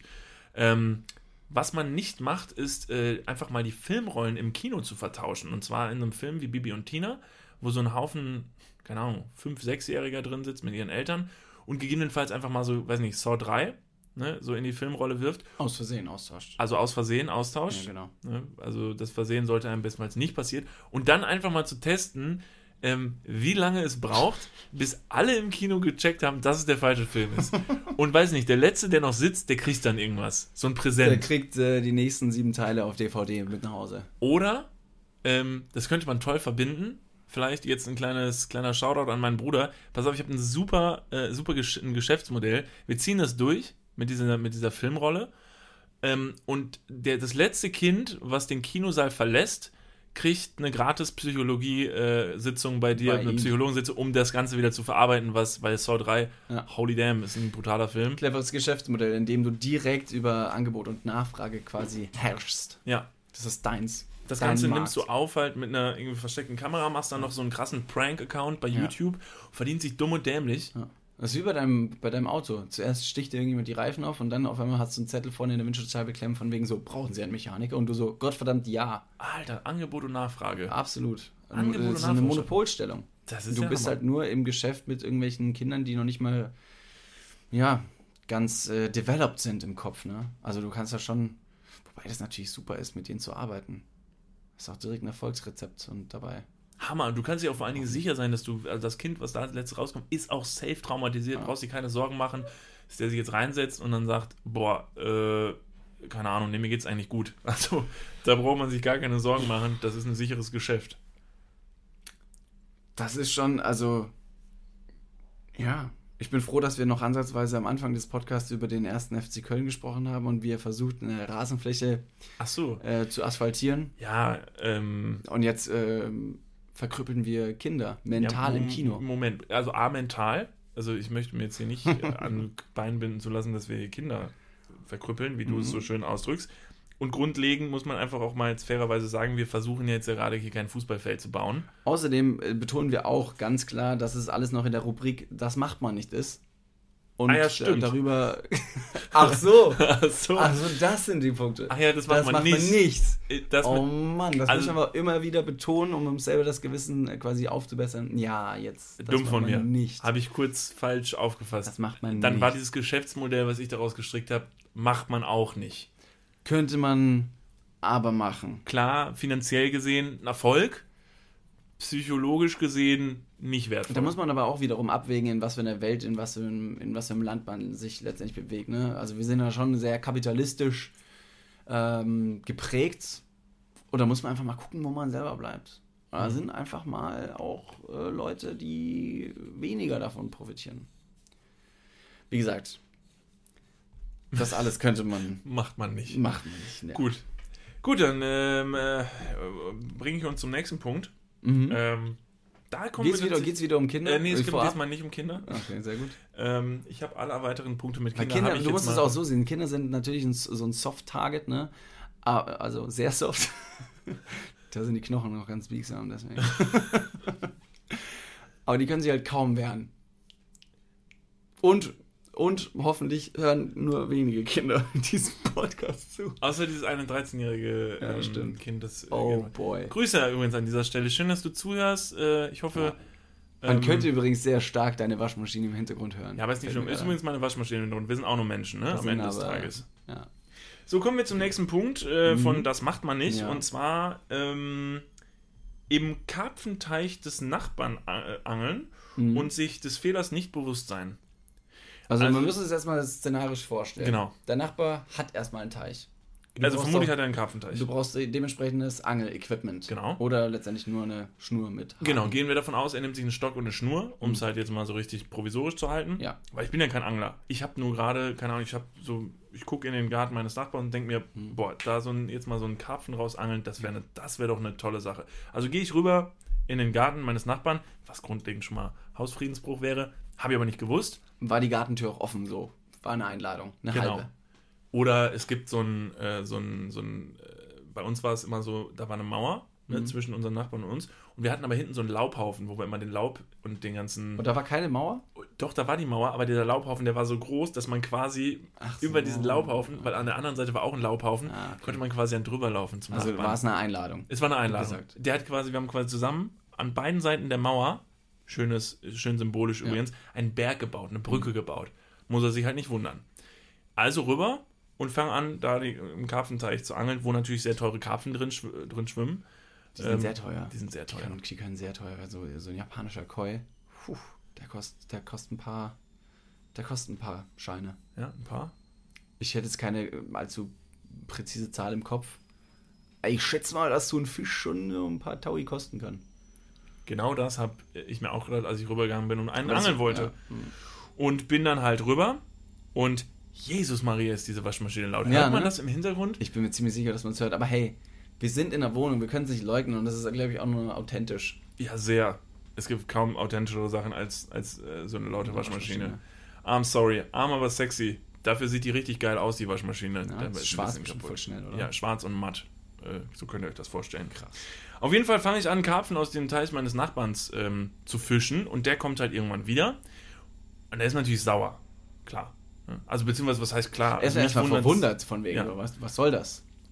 Was man nicht macht, ist einfach mal die Filmrollen im Kino zu vertauschen. Und zwar in einem Film wie Bibi und Tina, wo so ein Haufen, keine Ahnung, 5-, 6-Jähriger drin sitzt mit ihren Eltern und gegebenenfalls einfach mal so, weiß nicht, Saw 3, ne, so in die Filmrolle wirft. Aus Versehen austauscht. Also aus Versehen austauscht. Ja, genau. Ne, also das Versehen sollte einem bestenfalls nicht passieren. Und dann einfach mal zu testen, wie lange es braucht, bis alle im Kino gecheckt haben, dass es der falsche Film ist. Und weiß nicht, der Letzte, der noch sitzt, der kriegt dann irgendwas. So ein Präsent. Der kriegt die nächsten 7 Teile auf DVD mit nach Hause. Oder, das könnte man toll verbinden, vielleicht jetzt ein kleiner Shoutout an meinen Bruder. Pass auf, ich habe ein super ein Geschäftsmodell. Wir ziehen das durch mit dieser Filmrolle. Und das letzte Kind, was den Kinosaal verlässt, kriegt eine gratis Psychologie-Sitzung bei dir, eine Psychologensitzung, um das Ganze wieder zu verarbeiten, weil Saw 3, holy damn, ist ein brutaler Film. Cleveres Geschäftsmodell, in dem du direkt über Angebot und Nachfrage quasi herrschst. Ja. Das ist deins. Das Ganze nimmst du auf halt mit einer irgendwie versteckten Kamera, machst dann noch so einen krassen Prank-Account bei YouTube, verdient sich dumm und dämlich. Ja. Das ist wie bei deinem Auto. Zuerst sticht dir irgendjemand die Reifen auf und dann auf einmal hast du einen Zettel vorne in der Windschutzscheibe klemmen von wegen so, brauchen Sie einen Mechaniker? Und du so, Gottverdammt, ja. Alter, Angebot und Nachfrage. Absolut. Angebot und das ist eine Monopolstellung. Das ist Du ja bist Hammer. halt nur im Geschäft mit irgendwelchen Kindern, die noch nicht mal, ganz developed sind im Kopf, ne? Also du kannst ja schon, wobei das natürlich super ist, mit denen zu arbeiten. Das ist auch direkt ein Erfolgsrezept und dabei. Hammer. Und du kannst dir auch vor allen Dingen sicher sein, dass das Kind, was da als letztes rauskommt, ist auch safe traumatisiert. Brauchst dir keine Sorgen machen, dass der sich jetzt reinsetzt und dann sagt, boah, keine Ahnung, mir geht's eigentlich gut. Also da braucht man sich gar keine Sorgen machen. Das ist ein sicheres Geschäft. Das ist schon, also, ja. Ich bin froh, dass wir noch ansatzweise am Anfang des Podcasts über den ersten FC Köln gesprochen haben und wir versucht, eine Rasenfläche Ach so. zu asphaltieren. Ja, Und jetzt verkrüppeln wir Kinder mental im Kino. Moment, also mental. Also ich möchte mir jetzt hier nicht an Bein binden zu lassen, dass wir hier Kinder verkrüppeln, wie du es so schön ausdrückst. Und grundlegend muss man einfach auch mal jetzt fairerweise sagen, wir versuchen jetzt ja gerade hier kein Fußballfeld zu bauen. Außerdem betonen wir auch ganz klar, dass es alles noch in der Rubrik "Das macht man nicht" ist. Und ja, stimmt. Darüber... Ach so. Ach so. Also das sind die Punkte. Ach ja, das macht man nicht. nicht. Das Oh Mann, das also- müssen wir immer wieder betonen, um uns selber das Gewissen quasi aufzubessern. Ja, jetzt. Das dumm macht von man mir. Nicht. Habe ich kurz falsch aufgefasst. Das macht man Dann nicht. war dieses Geschäftsmodell, was ich daraus gestrickt habe, macht man auch nicht. Könnte man aber machen. Klar, finanziell gesehen ein Erfolg, psychologisch gesehen nicht wertvoll. Da muss man aber auch wiederum abwägen, in was für einer Welt, in was für einem Land man sich letztendlich bewegt. Ne? Also wir sind ja schon sehr kapitalistisch geprägt. Oder muss man einfach mal gucken, wo man selber bleibt. Da sind einfach mal auch Leute, die weniger davon profitieren. Wie gesagt, das alles könnte man... Macht man nicht. Macht man nicht. Ja. Gut, dann bringe ich uns zum nächsten Punkt. Da kommen Geht's wieder um Kinder? Nee, es geht Vorab? diesmal nicht um Kinder. Okay, sehr gut. Ich habe alle weiteren Punkte mit Bei Kindern. Kindern, du musst es auch so sehen. Kinder sind natürlich so ein Soft-Target, ne? Also sehr soft. Da sind die Knochen noch ganz biegsam, deswegen. Aber die können sich halt kaum wehren. Und hoffentlich hören nur wenige Kinder diesem Podcast zu. Außer dieses eine 13-jährige stimmt. Kind. Das, Oh boy. Grüße übrigens an dieser Stelle. Schön, dass du zuhörst. Ich hoffe... Man könnte übrigens sehr stark deine Waschmaschine im Hintergrund hören. Ja, aber ist nicht schlimm. Ist übrigens meine Waschmaschine drin. Wir sind auch nur Menschen, ne? Am Ende des Tages. Ja. So, kommen wir zum nächsten Punkt von "Das macht man nicht". Ja. Und zwar im Karpfenteich des Nachbarn angeln und sich des Fehlers nicht bewusst sein. Also man Also- muss es erstmal szenarisch vorstellen. Genau. Der Nachbar hat erstmal einen Teich. Du Also brauchst vermutlich auch- hat er einen Karpfenteich. Du brauchst dementsprechendes Angel-Equipment. Genau. Oder letztendlich nur eine Schnur mit Haken. Genau, gehen wir davon aus, er nimmt sich einen Stock und eine Schnur, um es halt jetzt mal so richtig provisorisch zu halten. Ja. Weil ich bin ja kein Angler. Ich habe nur gerade, keine Ahnung, ich gucke in den Garten meines Nachbarn und denke mir, boah, da jetzt mal so einen Karpfen rausangeln, das wäre doch eine tolle Sache. Also gehe ich rüber in den Garten meines Nachbarn, was grundlegend schon mal Hausfriedensbruch wäre, habe ich aber nicht gewusst. War die Gartentür auch offen so? War eine Einladung, eine Genau. halbe. Oder es gibt bei uns war es immer so, da war eine Mauer zwischen unseren Nachbarn und uns. Und wir hatten aber hinten so einen Laubhaufen, wo wir immer den Laub und den ganzen... Und da war keine Mauer? Doch, da war die Mauer, aber dieser Laubhaufen, der war so groß, dass man quasi so. über diesen Laubhaufen, weil an der anderen Seite war auch ein Laubhaufen, konnte man quasi dann drüber laufen zum Also Nachbarn. war es eine Einladung. Es war eine Einladung. gesagt. Wir haben quasi zusammen an beiden Seiten der Mauer, schön symbolisch übrigens, einen Berg gebaut, eine Brücke gebaut. Muss er sich halt nicht wundern. Also rüber und fangen an, da im Karpfenteich zu angeln, wo natürlich sehr teure Karpfen drin schwimmen. Die sind sehr teuer. Die sind sehr teuer. Die können sehr teuer werden. So ein japanischer Koi, der kostet ein paar Scheine. Ja, ein paar. Ich hätte jetzt keine allzu präzise Zahl im Kopf. Ich schätze mal, dass so ein Fisch schon ein paar Taui kosten kann. Genau das habe ich mir auch gedacht, als ich rübergegangen bin und einen Das- angeln wollte. ja. Und bin dann halt rüber und Jesus Maria ist diese Waschmaschine laut. Ja, Hört man ne? das im Hintergrund? Ich bin mir ziemlich sicher, dass man es hört. Aber hey, wir sind in der Wohnung, wir können es nicht leugnen und das ist, glaube ich, auch nur authentisch. Ja, sehr. Es gibt kaum authentischere Sachen als so eine laute Waschmaschine. I'm sorry, arm aber sexy. Dafür sieht die richtig geil aus, die Waschmaschine. Ja, Da das ist ist ein schwarz bisschen bestimmt kaputt. voll schnell, oder? Ja, schwarz und matt. So könnt ihr euch das vorstellen. Krass. Auf jeden Fall fange ich an, Karpfen aus dem Teich meines Nachbarns zu fischen und der kommt halt irgendwann wieder. Und der ist natürlich sauer. Klar. Also beziehungsweise, was heißt klar? Er ist Also mich erstmal wundert's- verwundert von wegen, Ja. was soll das?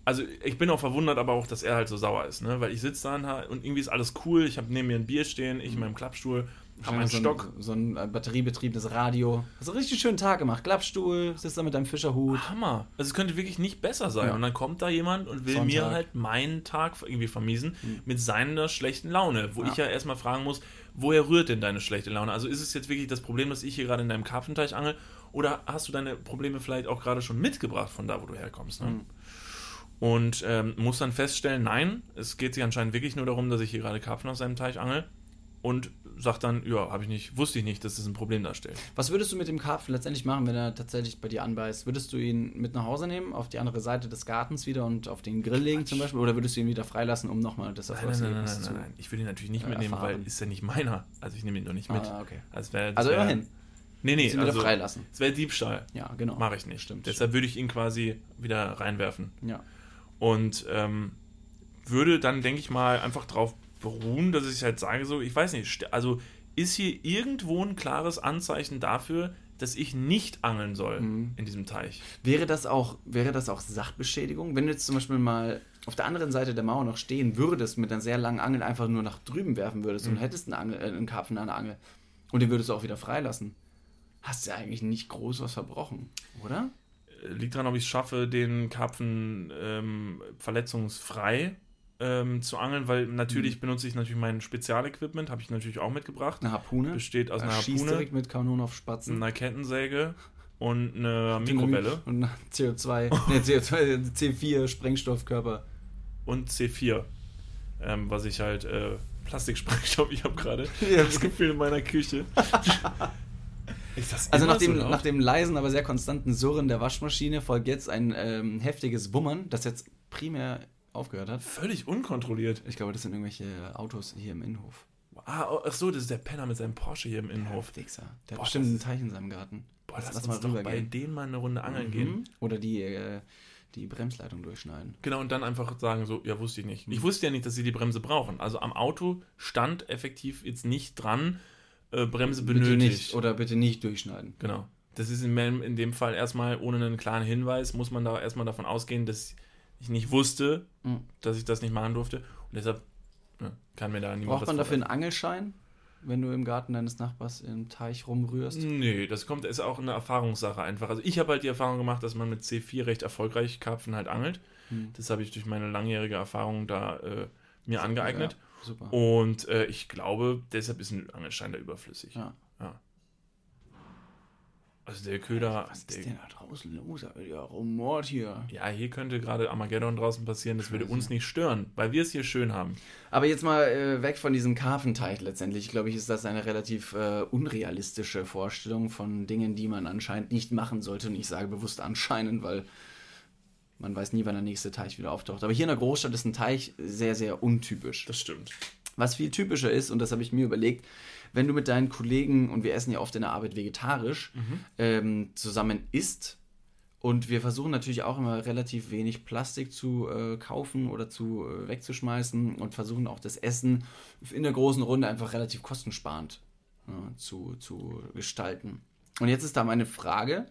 Also ich bin auch verwundert, aber auch, dass er halt so sauer ist, ne? Weil ich sitze da und irgendwie ist alles cool. Ich habe neben mir ein Bier stehen, ich in meinem Klappstuhl, habe meinen Stock. So ein batteriebetriebenes Radio. Hast du einen richtig schönen Tag gemacht. Klappstuhl, sitzt da mit deinem Fischerhut. Hammer. Also es könnte wirklich nicht besser sein. Ja. Und dann kommt da jemand und will Sonntag. mir halt meinen Tag irgendwie vermiesen mit seiner schlechten Laune. Wo ich ja erstmal fragen muss, woher rührt denn deine schlechte Laune? Also ist es jetzt wirklich das Problem, dass ich hier gerade in deinem Karpfenteich angel? Oder hast du deine Probleme vielleicht auch gerade schon mitgebracht von da, wo du herkommst? Ne? Und muss dann feststellen, nein, es geht sich anscheinend wirklich nur darum, dass ich hier gerade Karpfen aus seinem Teich angel. Und sagt dann, ja, wusste ich nicht, dass das ein Problem darstellt. Was würdest du mit dem Karpfen letztendlich machen, wenn er tatsächlich bei dir anbeißt? Würdest du ihn mit nach Hause nehmen, auf die andere Seite des Gartens wieder und auf den Grill legen zum Beispiel? Oder würdest du ihn wieder freilassen, um nochmal das Erfolgserlebnis zu Nein. Ich würde ihn natürlich nicht mitnehmen, weil ist ja nicht meiner. Also ich nehme ihn doch nicht mit. Okay. Also immerhin. Nee, ihn wieder freilassen. Es wäre Diebstahl. Ja, genau. Mache ich nicht. Stimmt. Deshalb würde ich ihn quasi wieder reinwerfen. Ja. Und würde dann, denke ich mal, einfach drauf beruhen, dass ich halt sage, so, ich weiß nicht, also ist hier irgendwo ein klares Anzeichen dafür, dass ich nicht angeln soll in diesem Teich. Wäre das auch Sachbeschädigung? Wenn du jetzt zum Beispiel mal auf der anderen Seite der Mauer noch stehen würdest, mit einer sehr langen Angel einfach nur nach drüben werfen würdest und hättest einen Karpfen an der Angel und den würdest du auch wieder freilassen, hast du ja eigentlich nicht groß was verbrochen, oder? Liegt daran, ob ich es schaffe, den Karpfen verletzungsfrei zu angeln, weil natürlich benutze ich natürlich mein Spezialequipment, habe ich natürlich auch mitgebracht. Eine Harpune? Besteht aus einer Schießt Harpune, direkt mit Kanonen auf Spatzen. einer Kettensäge und einer Mikrowelle. Und C4 Sprengstoffkörper. Und C4, was ich halt Plastiksprengstoff, ich habe gerade Ja. das Gefühl in meiner Küche. Ist das Also immer so laut? nach dem leisen, aber sehr konstanten Surren der Waschmaschine folgt jetzt ein heftiges Wummern, das jetzt primär aufgehört hat. Völlig unkontrolliert. Ich glaube, das sind irgendwelche Autos hier im Innenhof. Ach so, das ist der Penner mit seinem Porsche hier im Innenhof. Wichser. Der hat Boah, bestimmt das einen Teich in seinem Garten. Boah, lass mal uns doch bei rübergehen. denen mal eine Runde angeln gehen. Oder die Bremsleitung durchschneiden. Genau, und dann einfach sagen so, ja, wusste ich nicht. Ich wusste ja nicht, dass sie die Bremse brauchen. Also am Auto stand effektiv jetzt nicht dran, Bremse benötigt. Bitte nicht, oder bitte nicht durchschneiden. Genau. Das ist in dem Fall erstmal ohne einen klaren Hinweis, muss man da erstmal davon ausgehen, dass ich nicht wusste, dass ich das nicht machen durfte. Und deshalb kann mir da niemand Braucht man dafür einen Angelschein, wenn du im Garten deines Nachbars im Teich rumrührst? Nee, ist auch eine Erfahrungssache einfach. Also ich habe halt die Erfahrung gemacht, dass man mit C4 recht erfolgreich Karpfen halt angelt. Das habe ich durch meine langjährige Erfahrung da mir angeeignet. Ja, super. Und ich glaube, deshalb ist ein Angelschein da überflüssig. Ja. Also der Köder... Was ist denn da draußen los? Ja, rumort hier. Ja, hier könnte gerade Armageddon draußen passieren. Das würde uns nicht stören, weil wir es hier schön haben. Aber jetzt mal weg von diesem Karpfenteich letztendlich. Glaube ich, ist das eine relativ unrealistische Vorstellung von Dingen, die man anscheinend nicht machen sollte. Und ich sage bewusst anscheinend, weil man weiß nie, wann der nächste Teich wieder auftaucht. Aber hier in der Großstadt ist ein Teich sehr, sehr untypisch. Das stimmt. Was viel typischer ist, und das habe ich mir überlegt, wenn du mit deinen Kollegen, und wir essen ja oft in der Arbeit vegetarisch, zusammen isst, und wir versuchen natürlich auch immer relativ wenig Plastik zu kaufen oder wegzuschmeißen und versuchen auch das Essen in der großen Runde einfach relativ kostensparend zu gestalten. Und jetzt ist da meine Frage,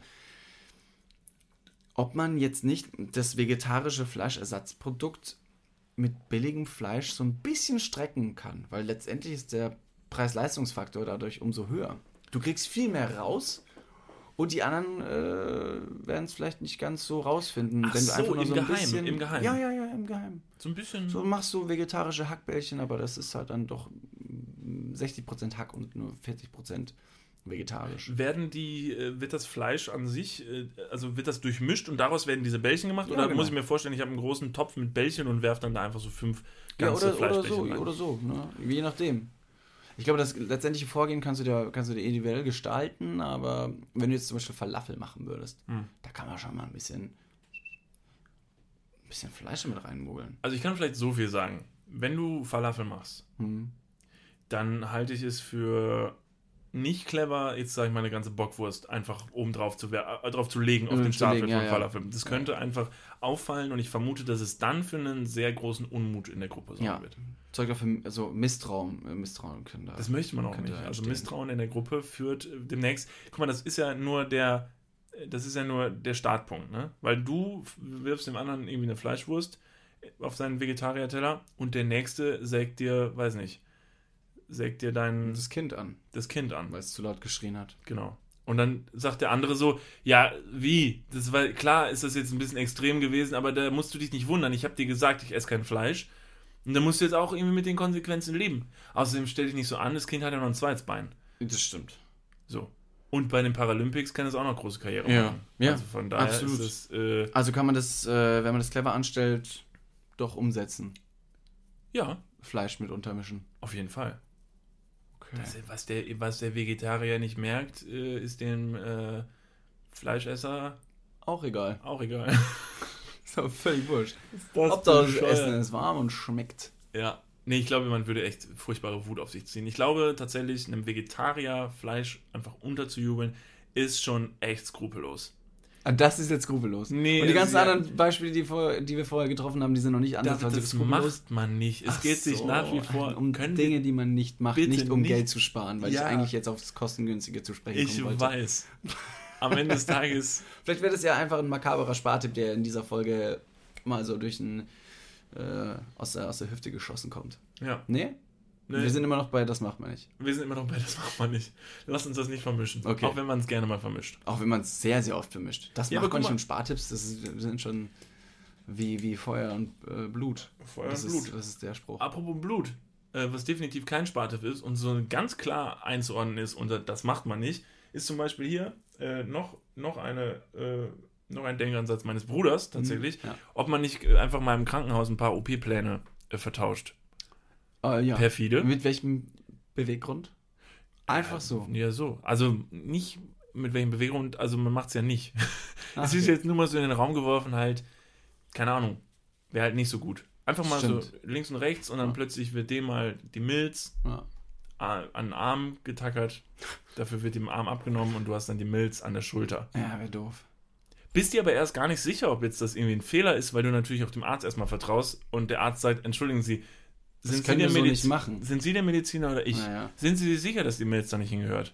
ob man jetzt nicht das vegetarische Fleischersatzprodukt mit billigem Fleisch so ein bisschen strecken kann, weil letztendlich ist der Preis-Leistungsfaktor dadurch umso höher. Du kriegst viel mehr raus und die anderen werden es vielleicht nicht ganz so rausfinden. Ach wenn du so, einfach nur im ein Geheimen, bisschen, im Geheimen. Ja, im Geheimen. So ein bisschen... So machst du vegetarische Hackbällchen, aber das ist halt dann doch 60% Hack und nur 40% vegetarisch. Wird das Fleisch an sich, also wird das durchmischt und daraus werden diese Bällchen gemacht? Ja, oder genau. muss ich mir vorstellen, ich habe einen großen Topf mit Bällchen und werfe dann da einfach so 5 ganze oder Fleischbällchen rein? oder so, ne? Je nachdem. Ich glaube, das letztendliche Vorgehen kannst du dir individuell gestalten, aber wenn du jetzt zum Beispiel Falafel machen würdest, da kann man schon mal ein bisschen Fleisch mit reinmogeln. Also ich kann vielleicht so viel sagen. Wenn du Falafel machst, dann halte ich es für nicht clever, jetzt sage ich mal eine ganze Bockwurst einfach oben drauf zu legen auf den Stapel von Falafel. Das könnte einfach auffallen und ich vermute, dass es dann für einen sehr großen Unmut in der Gruppe sorgen wird. Zeugt dafür, also Misstrauen können da. Das möchte man auch nicht. Also Misstrauen in der Gruppe führt demnächst, guck mal, das ist ja nur der das ist ja nur der Startpunkt, ne? Weil du wirfst dem anderen irgendwie eine Fleischwurst auf seinen Vegetarier-Teller und der Nächste sägt dir Das Kind an, an. weil es zu laut geschrien hat. Genau. Und dann sagt der andere so, ja, wie? Das war, klar ist das jetzt ein bisschen extrem gewesen, aber da musst du dich nicht wundern. Ich habe dir gesagt, ich esse kein Fleisch. Und da musst du jetzt auch irgendwie mit den Konsequenzen leben. Außerdem stell dich nicht so an, das Kind hat ja noch ein zweites Bein. Das stimmt. So. Und bei den Paralympics kann es auch noch große Karriere machen. Ja, also von daher absolut. ist es... Also kann man das, wenn man das clever anstellt, doch umsetzen. ja, Fleisch mit untermischen. auf jeden Fall. Okay. Was der Vegetarier nicht merkt, ist dem Fleischesser Auch egal. auch egal. Ist aber völlig wurscht. Das Hauptsache das Essen ist warm und schmeckt. Ja. Nee, ich glaube, man würde echt furchtbare Wut auf sich ziehen. Ich glaube tatsächlich, einem Vegetarier Fleisch einfach unterzujubeln, ist schon echt skrupellos. Ah, das ist jetzt skrupellos. Nee, und die ganzen ja- anderen Beispiele, die wir vorher getroffen haben, die sind noch nicht ansatzweise Das skrupellos. macht man nicht. Es geht sich nach wie vor um Dinge, die man nicht macht, bitte nicht um nicht- Geld zu sparen, weil Ja. ich eigentlich jetzt auf das Kostengünstige zu sprechen Ich kommen wollte. weiß. Am Ende des Tages... Vielleicht wäre das ja einfach ein makaberer Spartipp, der in dieser Folge mal so durch aus der Hüfte geschossen kommt. Ja. Nee? Nee. Wir sind immer noch bei, das macht man nicht. Wir sind immer noch bei, das macht man nicht. Lass uns das nicht vermischen. Okay. Auch wenn man es gerne mal vermischt. Auch wenn man es sehr, sehr oft vermischt. Das Ja, macht aber man guck nicht mal. mit Spartipps, sind schon wie Feuer und Blut. Feuer das und Blut. Das ist der Spruch. Apropos Blut, was definitiv kein Spartipp ist und so ganz klar einzuordnen ist, und das macht man nicht, ist zum Beispiel hier noch ein Denkansatz meines Bruders tatsächlich, Ja. ob man nicht einfach mal im Krankenhaus ein paar OP-Pläne vertauscht. Ja. Perfide. Mit welchem Beweggrund? Einfach so. Ja, so. Also nicht mit welchem Beweggrund, also man macht es ja nicht. Ach, Es ist okay. jetzt nur mal so in den Raum geworfen, halt, keine Ahnung, wäre halt nicht so gut. Einfach mal Stimmt. so links und rechts und dann Ja. plötzlich wird dem mal die Milz Ja. an den Arm getackert, dafür wird dem Arm abgenommen und du hast dann die Milz an der Schulter. Ja, wäre doof. Bist dir aber erst gar nicht sicher, ob jetzt das irgendwie ein Fehler ist, weil du natürlich auch dem Arzt erstmal vertraust und der Arzt sagt, entschuldigen Sie, Das können wir so nicht machen. Sind Sie der Mediziner oder ich? Naja. Sind Sie sich sicher, dass die Milz da nicht hingehört?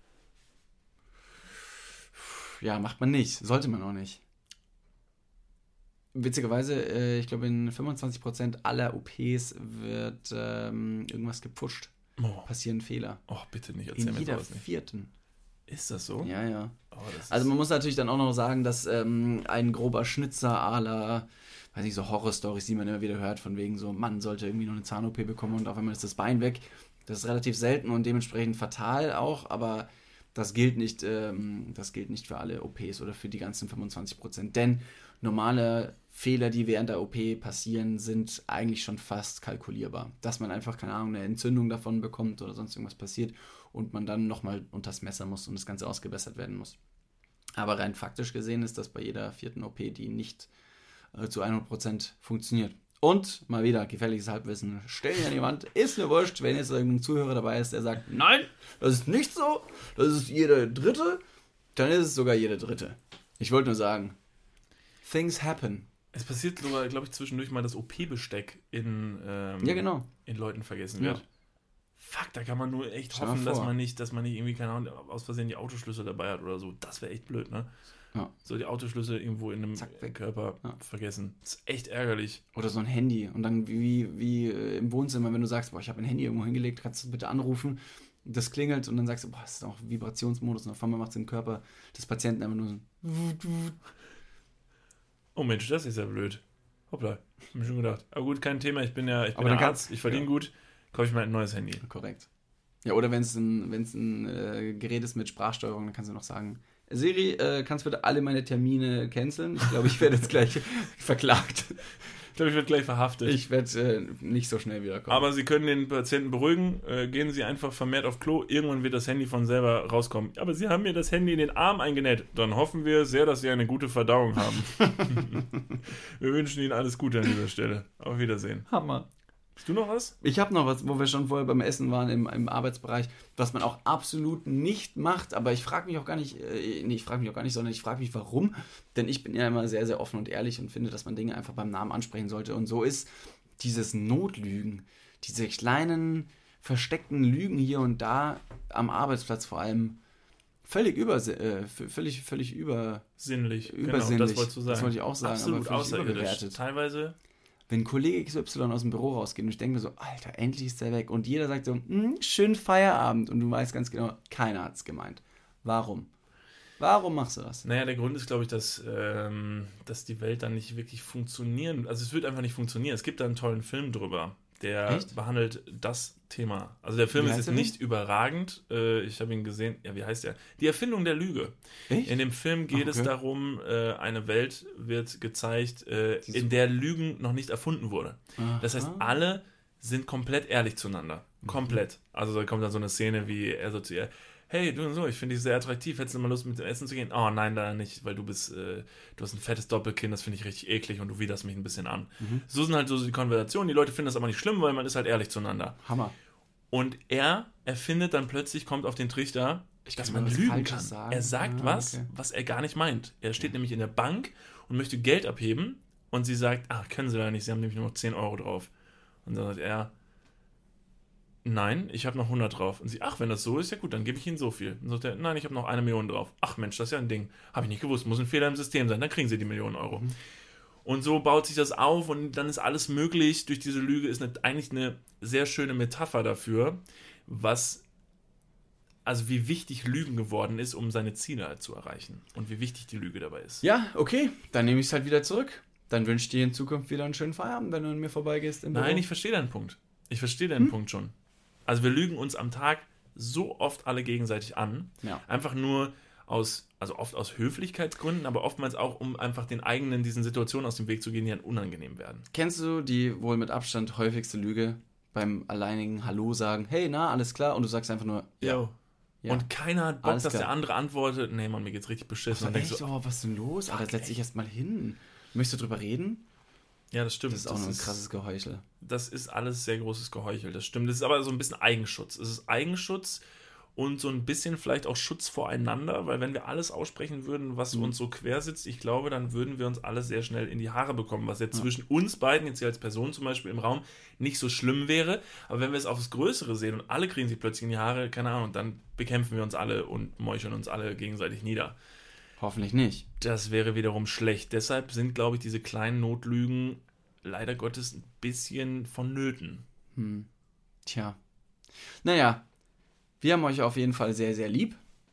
Ja, macht man nicht. Sollte man auch nicht. Witzigerweise, ich glaube, in 25% aller OPs wird irgendwas gepfuscht. Oh, Passieren Fehler. bitte nicht, erzähl In mir jeder sowas nicht. vierten. Ist das so? Ja, ja. Oh, das ist Also man muss natürlich dann auch noch sagen, dass ein grober Schnitzer à la, weiß nicht, so Horror-Stories, die man immer wieder hört, von wegen so, Mann sollte irgendwie nur eine Zahn-OP bekommen und auf einmal ist das Bein weg. Das ist relativ selten und dementsprechend fatal auch, aber das gilt nicht für alle OPs oder für die ganzen 25%. Denn normale Fehler, die während der OP passieren, sind eigentlich schon fast kalkulierbar. Dass man einfach, keine Ahnung, eine Entzündung davon bekommt oder sonst irgendwas passiert und man dann nochmal unters Messer muss und das Ganze ausgebessert werden muss. Aber rein faktisch gesehen ist das bei jeder vierten OP, die nicht zu 100% funktioniert. Und mal wieder gefährliches Halbwissen. Stell dich an die Wand, ist mir wurscht, wenn jetzt irgendein Zuhörer dabei ist, der sagt, nein, das ist nicht so, das ist jeder Dritte, dann ist es sogar jeder Dritte. Ich wollte nur sagen, things happen. Es passiert sogar, glaube ich, zwischendurch mal das OP-Besteck in Leuten vergessen Ja. wird. Fuck, da kann man nur echt Stell mal hoffen, dass vor. man nicht irgendwie, keine Ahnung, aus Versehen die Autoschlüssel dabei hat oder so. Das wäre echt blöd, ne? Ja. So die Autoschlüssel irgendwo in einem Zack, weg. Körper Ja. vergessen. Das ist echt ärgerlich. Oder so ein Handy. Und dann wie im Wohnzimmer, wenn du sagst, boah, ich habe ein Handy irgendwo hingelegt, kannst du bitte anrufen. Das klingelt und dann sagst du, boah, das ist auch Vibrationsmodus. Und auf einmal macht es im Körper des Patienten einfach nur so. Oh Mensch, das ist ja blöd. Hoppla, hab mir schon gedacht. Aber gut, kein Thema, ich bin Aber der dann Arzt, ich verdiene ja. gut, kaufe ich mal ein neues Handy. Korrekt. Ja, oder wenn es ein Gerät ist mit Sprachsteuerung, dann kannst du noch sagen, Siri, kannst du bitte alle meine Termine canceln? Ich glaube, ich werde jetzt gleich verklagt. Ich glaube, ich werde gleich verhaftet. Ich werde nicht so schnell wiederkommen. Aber Sie können den Patienten beruhigen. Gehen Sie einfach vermehrt auf Klo. Irgendwann wird das Handy von selber rauskommen. Aber Sie haben mir das Handy in den Arm eingenäht. Dann hoffen wir sehr, dass Sie eine gute Verdauung haben. Wir wünschen Ihnen alles Gute an dieser Stelle. Auf Wiedersehen. Hammer. Hast du noch was? Ich habe noch was, wo wir schon vorher beim Essen waren im Arbeitsbereich, was man auch absolut nicht macht, aber ich frage mich auch gar nicht, sondern ich frage mich, warum. Denn ich bin ja immer sehr, sehr offen und ehrlich und finde, dass man Dinge einfach beim Namen ansprechen sollte. Und so ist dieses Notlügen, diese kleinen versteckten Lügen hier und da am Arbeitsplatz vor allem völlig übersinnlich. Sinnlich. Genau, das wolltest du sagen. Das wollte ich auch sagen. Absolut aber völlig außerirdisch. überbewertet. Teilweise. Wenn Kollege XY aus dem Büro rausgeht und ich denke mir so, Alter, endlich ist der weg. Und jeder sagt so, schönen Feierabend. Und du weißt ganz genau, keiner hat es gemeint. Warum? Warum machst du das? Naja, der Grund ist, glaube ich, dass die Welt dann nicht wirklich funktionieren. Also es wird einfach nicht funktionieren. Es gibt da einen tollen Film drüber, der behandelt das Thema. Also der Film ist jetzt nicht überragend. Ich habe ihn gesehen. Ja, wie heißt der? Die Erfindung der Lüge. Echt? In dem Film geht es darum, eine Welt wird gezeigt, in der Lügen noch nicht erfunden wurde. Aha. Das heißt, alle sind komplett ehrlich zueinander. Komplett. Also da kommt dann so eine Szene, wie er so zu ihr, hey, du und so, ich finde dich sehr attraktiv, hättest du mal Lust mit dem Essen zu gehen? Oh nein, leider nicht, weil du hast ein fettes Doppelkinn, das finde ich richtig eklig und du widerst mich ein bisschen an. So sind halt so die Konversationen, die Leute finden das aber nicht schlimm, weil man ist halt ehrlich zueinander. Hammer. Und er erfindet dann plötzlich, kommt auf den Trichter, dass man lügen kann. Er sagt was er gar nicht meint. Er steht nämlich in der Bank und möchte Geld abheben und sie sagt, können Sie leider nicht, Sie haben nämlich nur noch 10 Euro drauf. Und dann sagt er, nein, ich habe noch 100 drauf. Und sie, wenn das so ist, ja gut, dann gebe ich Ihnen so viel. Und sagt er, nein, ich habe noch 1 Million drauf. Ach Mensch, das ist ja ein Ding. Habe ich nicht gewusst, muss ein Fehler im System sein, dann kriegen Sie die Millionen Euro. Und so baut sich das auf und dann ist alles möglich. Durch diese Lüge ist eigentlich eine sehr schöne Metapher dafür, wie wichtig Lügen geworden ist, um seine Ziele halt zu erreichen. Und wie wichtig die Lüge dabei ist. Ja, okay, dann nehme ich es halt wieder zurück. Dann wünsche ich dir in Zukunft wieder einen schönen Feierabend, wenn du an mir vorbeigehst. Nein, ich verstehe deinen Punkt. Ich verstehe deinen Punkt schon. Also wir lügen uns am Tag so oft alle gegenseitig an. Ja. Einfach nur oft aus Höflichkeitsgründen, aber oftmals auch, um einfach diesen Situationen aus dem Weg zu gehen, die dann unangenehm werden. Kennst du die wohl mit Abstand häufigste Lüge beim alleinigen Hallo sagen? Hey, na, alles klar? Und du sagst einfach nur, ja. Und keiner hat Bock, dass der andere antwortet, nee, Mann, mir geht's richtig beschissen. Und denkst du, was ist denn los? Da setz dich erst mal hin. Möchtest du drüber reden? Ja, das stimmt. Das ist auch ein krasses Geheuchel. Das ist alles sehr großes Geheuchel, das stimmt. Das ist aber so ein bisschen Eigenschutz. Es ist Eigenschutz und so ein bisschen vielleicht auch Schutz voreinander, weil wenn wir alles aussprechen würden, was uns so quer sitzt, ich glaube, dann würden wir uns alle sehr schnell in die Haare bekommen, was jetzt zwischen uns beiden, jetzt hier als Person zum Beispiel im Raum, nicht so schlimm wäre. Aber wenn wir es aufs Größere sehen und alle kriegen sich plötzlich in die Haare, keine Ahnung, dann bekämpfen wir uns alle und meucheln uns alle gegenseitig nieder. Hoffentlich nicht. Das wäre wiederum schlecht. Deshalb sind, glaube ich, diese kleinen Notlügen leider Gottes ein bisschen vonnöten. Tja. Naja, wir haben euch auf jeden Fall sehr, sehr lieb.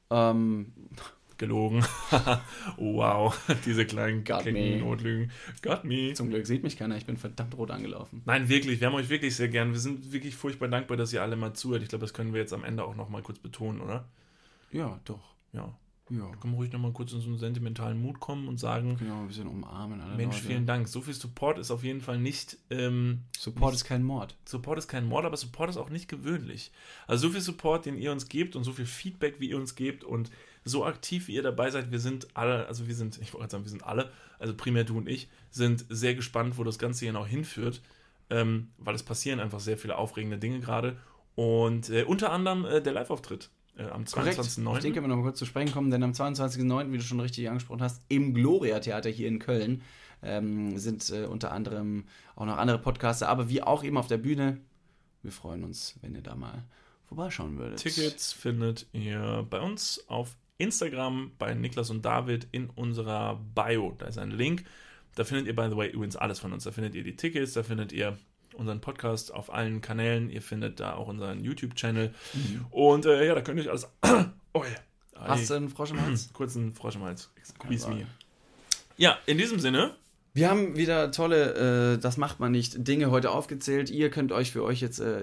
Gelogen. Wow, diese kleinen Notlügen. Got me. Zum Glück sieht mich keiner, ich bin verdammt rot angelaufen. Nein, wirklich, wir haben euch wirklich sehr gern. Wir sind wirklich furchtbar dankbar, dass ihr alle mal zuhört. Ich glaube, das können wir jetzt am Ende auch noch mal kurz betonen, oder? Ja, doch. Ja. Können wir ruhig noch mal kurz in so einen sentimentalen Mut kommen und sagen, genau, ein bisschen umarmen alle Mensch, Leute. vielen Dank. So viel Support ist auf jeden Fall nicht... Support ist kein Mord. Support ist kein Mord, aber Support ist auch nicht gewöhnlich. Also so viel Support, den ihr uns gebt und so viel Feedback, wie ihr uns gebt und so aktiv, wie ihr dabei seid, wir sind alle, also wir sind alle, also primär du und ich, sind sehr gespannt, wo das Ganze hier noch hinführt, weil es passieren einfach sehr viele aufregende Dinge gerade und unter anderem der Live-Auftritt. Am 22.09. Auf den können wir noch mal kurz zu sprechen kommen, denn am 22.09., wie du schon richtig angesprochen hast, im Gloria-Theater hier in Köln sind unter anderem auch noch andere Podcaster, aber wir auch eben auf der Bühne. Wir freuen uns, wenn ihr da mal vorbeischauen würdet. Tickets findet ihr bei uns auf Instagram bei Niklas und David in unserer Bio. Da ist ein Link. Da findet ihr, by the way, übrigens alles von uns. Da findet ihr die Tickets, da findet ihr unseren Podcast auf allen Kanälen. Ihr findet da auch unseren YouTube-Channel. Und da könnt ihr euch alles... Hast du einen Frosch im Hals? Kurzen Frosch im Hals. Squeeze me. Ja, in diesem Sinne... Wir haben wieder tolle, das macht man nicht, Dinge heute aufgezählt. Ihr könnt für euch,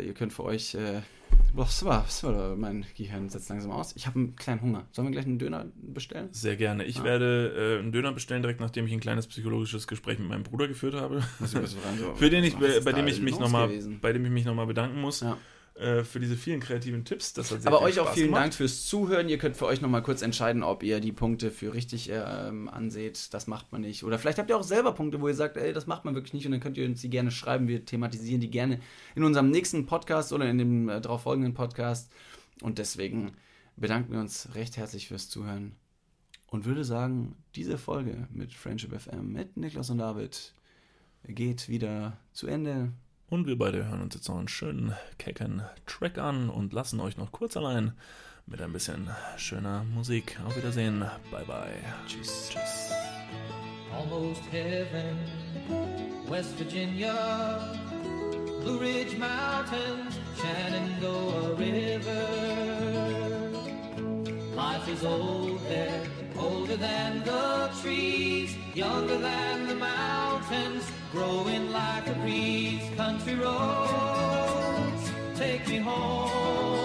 mein Gehirn setzt langsam aus. Ich habe einen kleinen Hunger. Sollen wir gleich einen Döner bestellen? Sehr gerne. Ich werde einen Döner bestellen, direkt nachdem ich ein kleines psychologisches Gespräch mit meinem Bruder geführt habe. Bei dem ich mich nochmal bedanken muss. Ja. Für diese vielen kreativen Tipps. Das hat sehr Aber viel euch Spaß auch vielen gemacht. Dank fürs Zuhören. Ihr könnt für euch nochmal kurz entscheiden, ob ihr die Punkte für richtig anseht. Das macht man nicht. Oder vielleicht habt ihr auch selber Punkte, wo ihr sagt, das macht man wirklich nicht. Und dann könnt ihr uns die gerne schreiben. Wir thematisieren die gerne in unserem nächsten Podcast oder in dem darauf folgenden Podcast. Und deswegen bedanken wir uns recht herzlich fürs Zuhören. Und würde sagen, diese Folge mit Friendship FM mit Niklas und David geht wieder zu Ende. Und wir beide hören uns jetzt noch einen schönen, kecken Track an und lassen euch noch kurz allein mit ein bisschen schöner Musik. Auf Wiedersehen. Bye bye. Tschüss. Tschüss. Almost heaven, West Virginia, Blue Ridge Mountains, Shenandoah River. Life is old there, older than the trees, younger than the mountains, growing like a breeze. Country roads, take me home.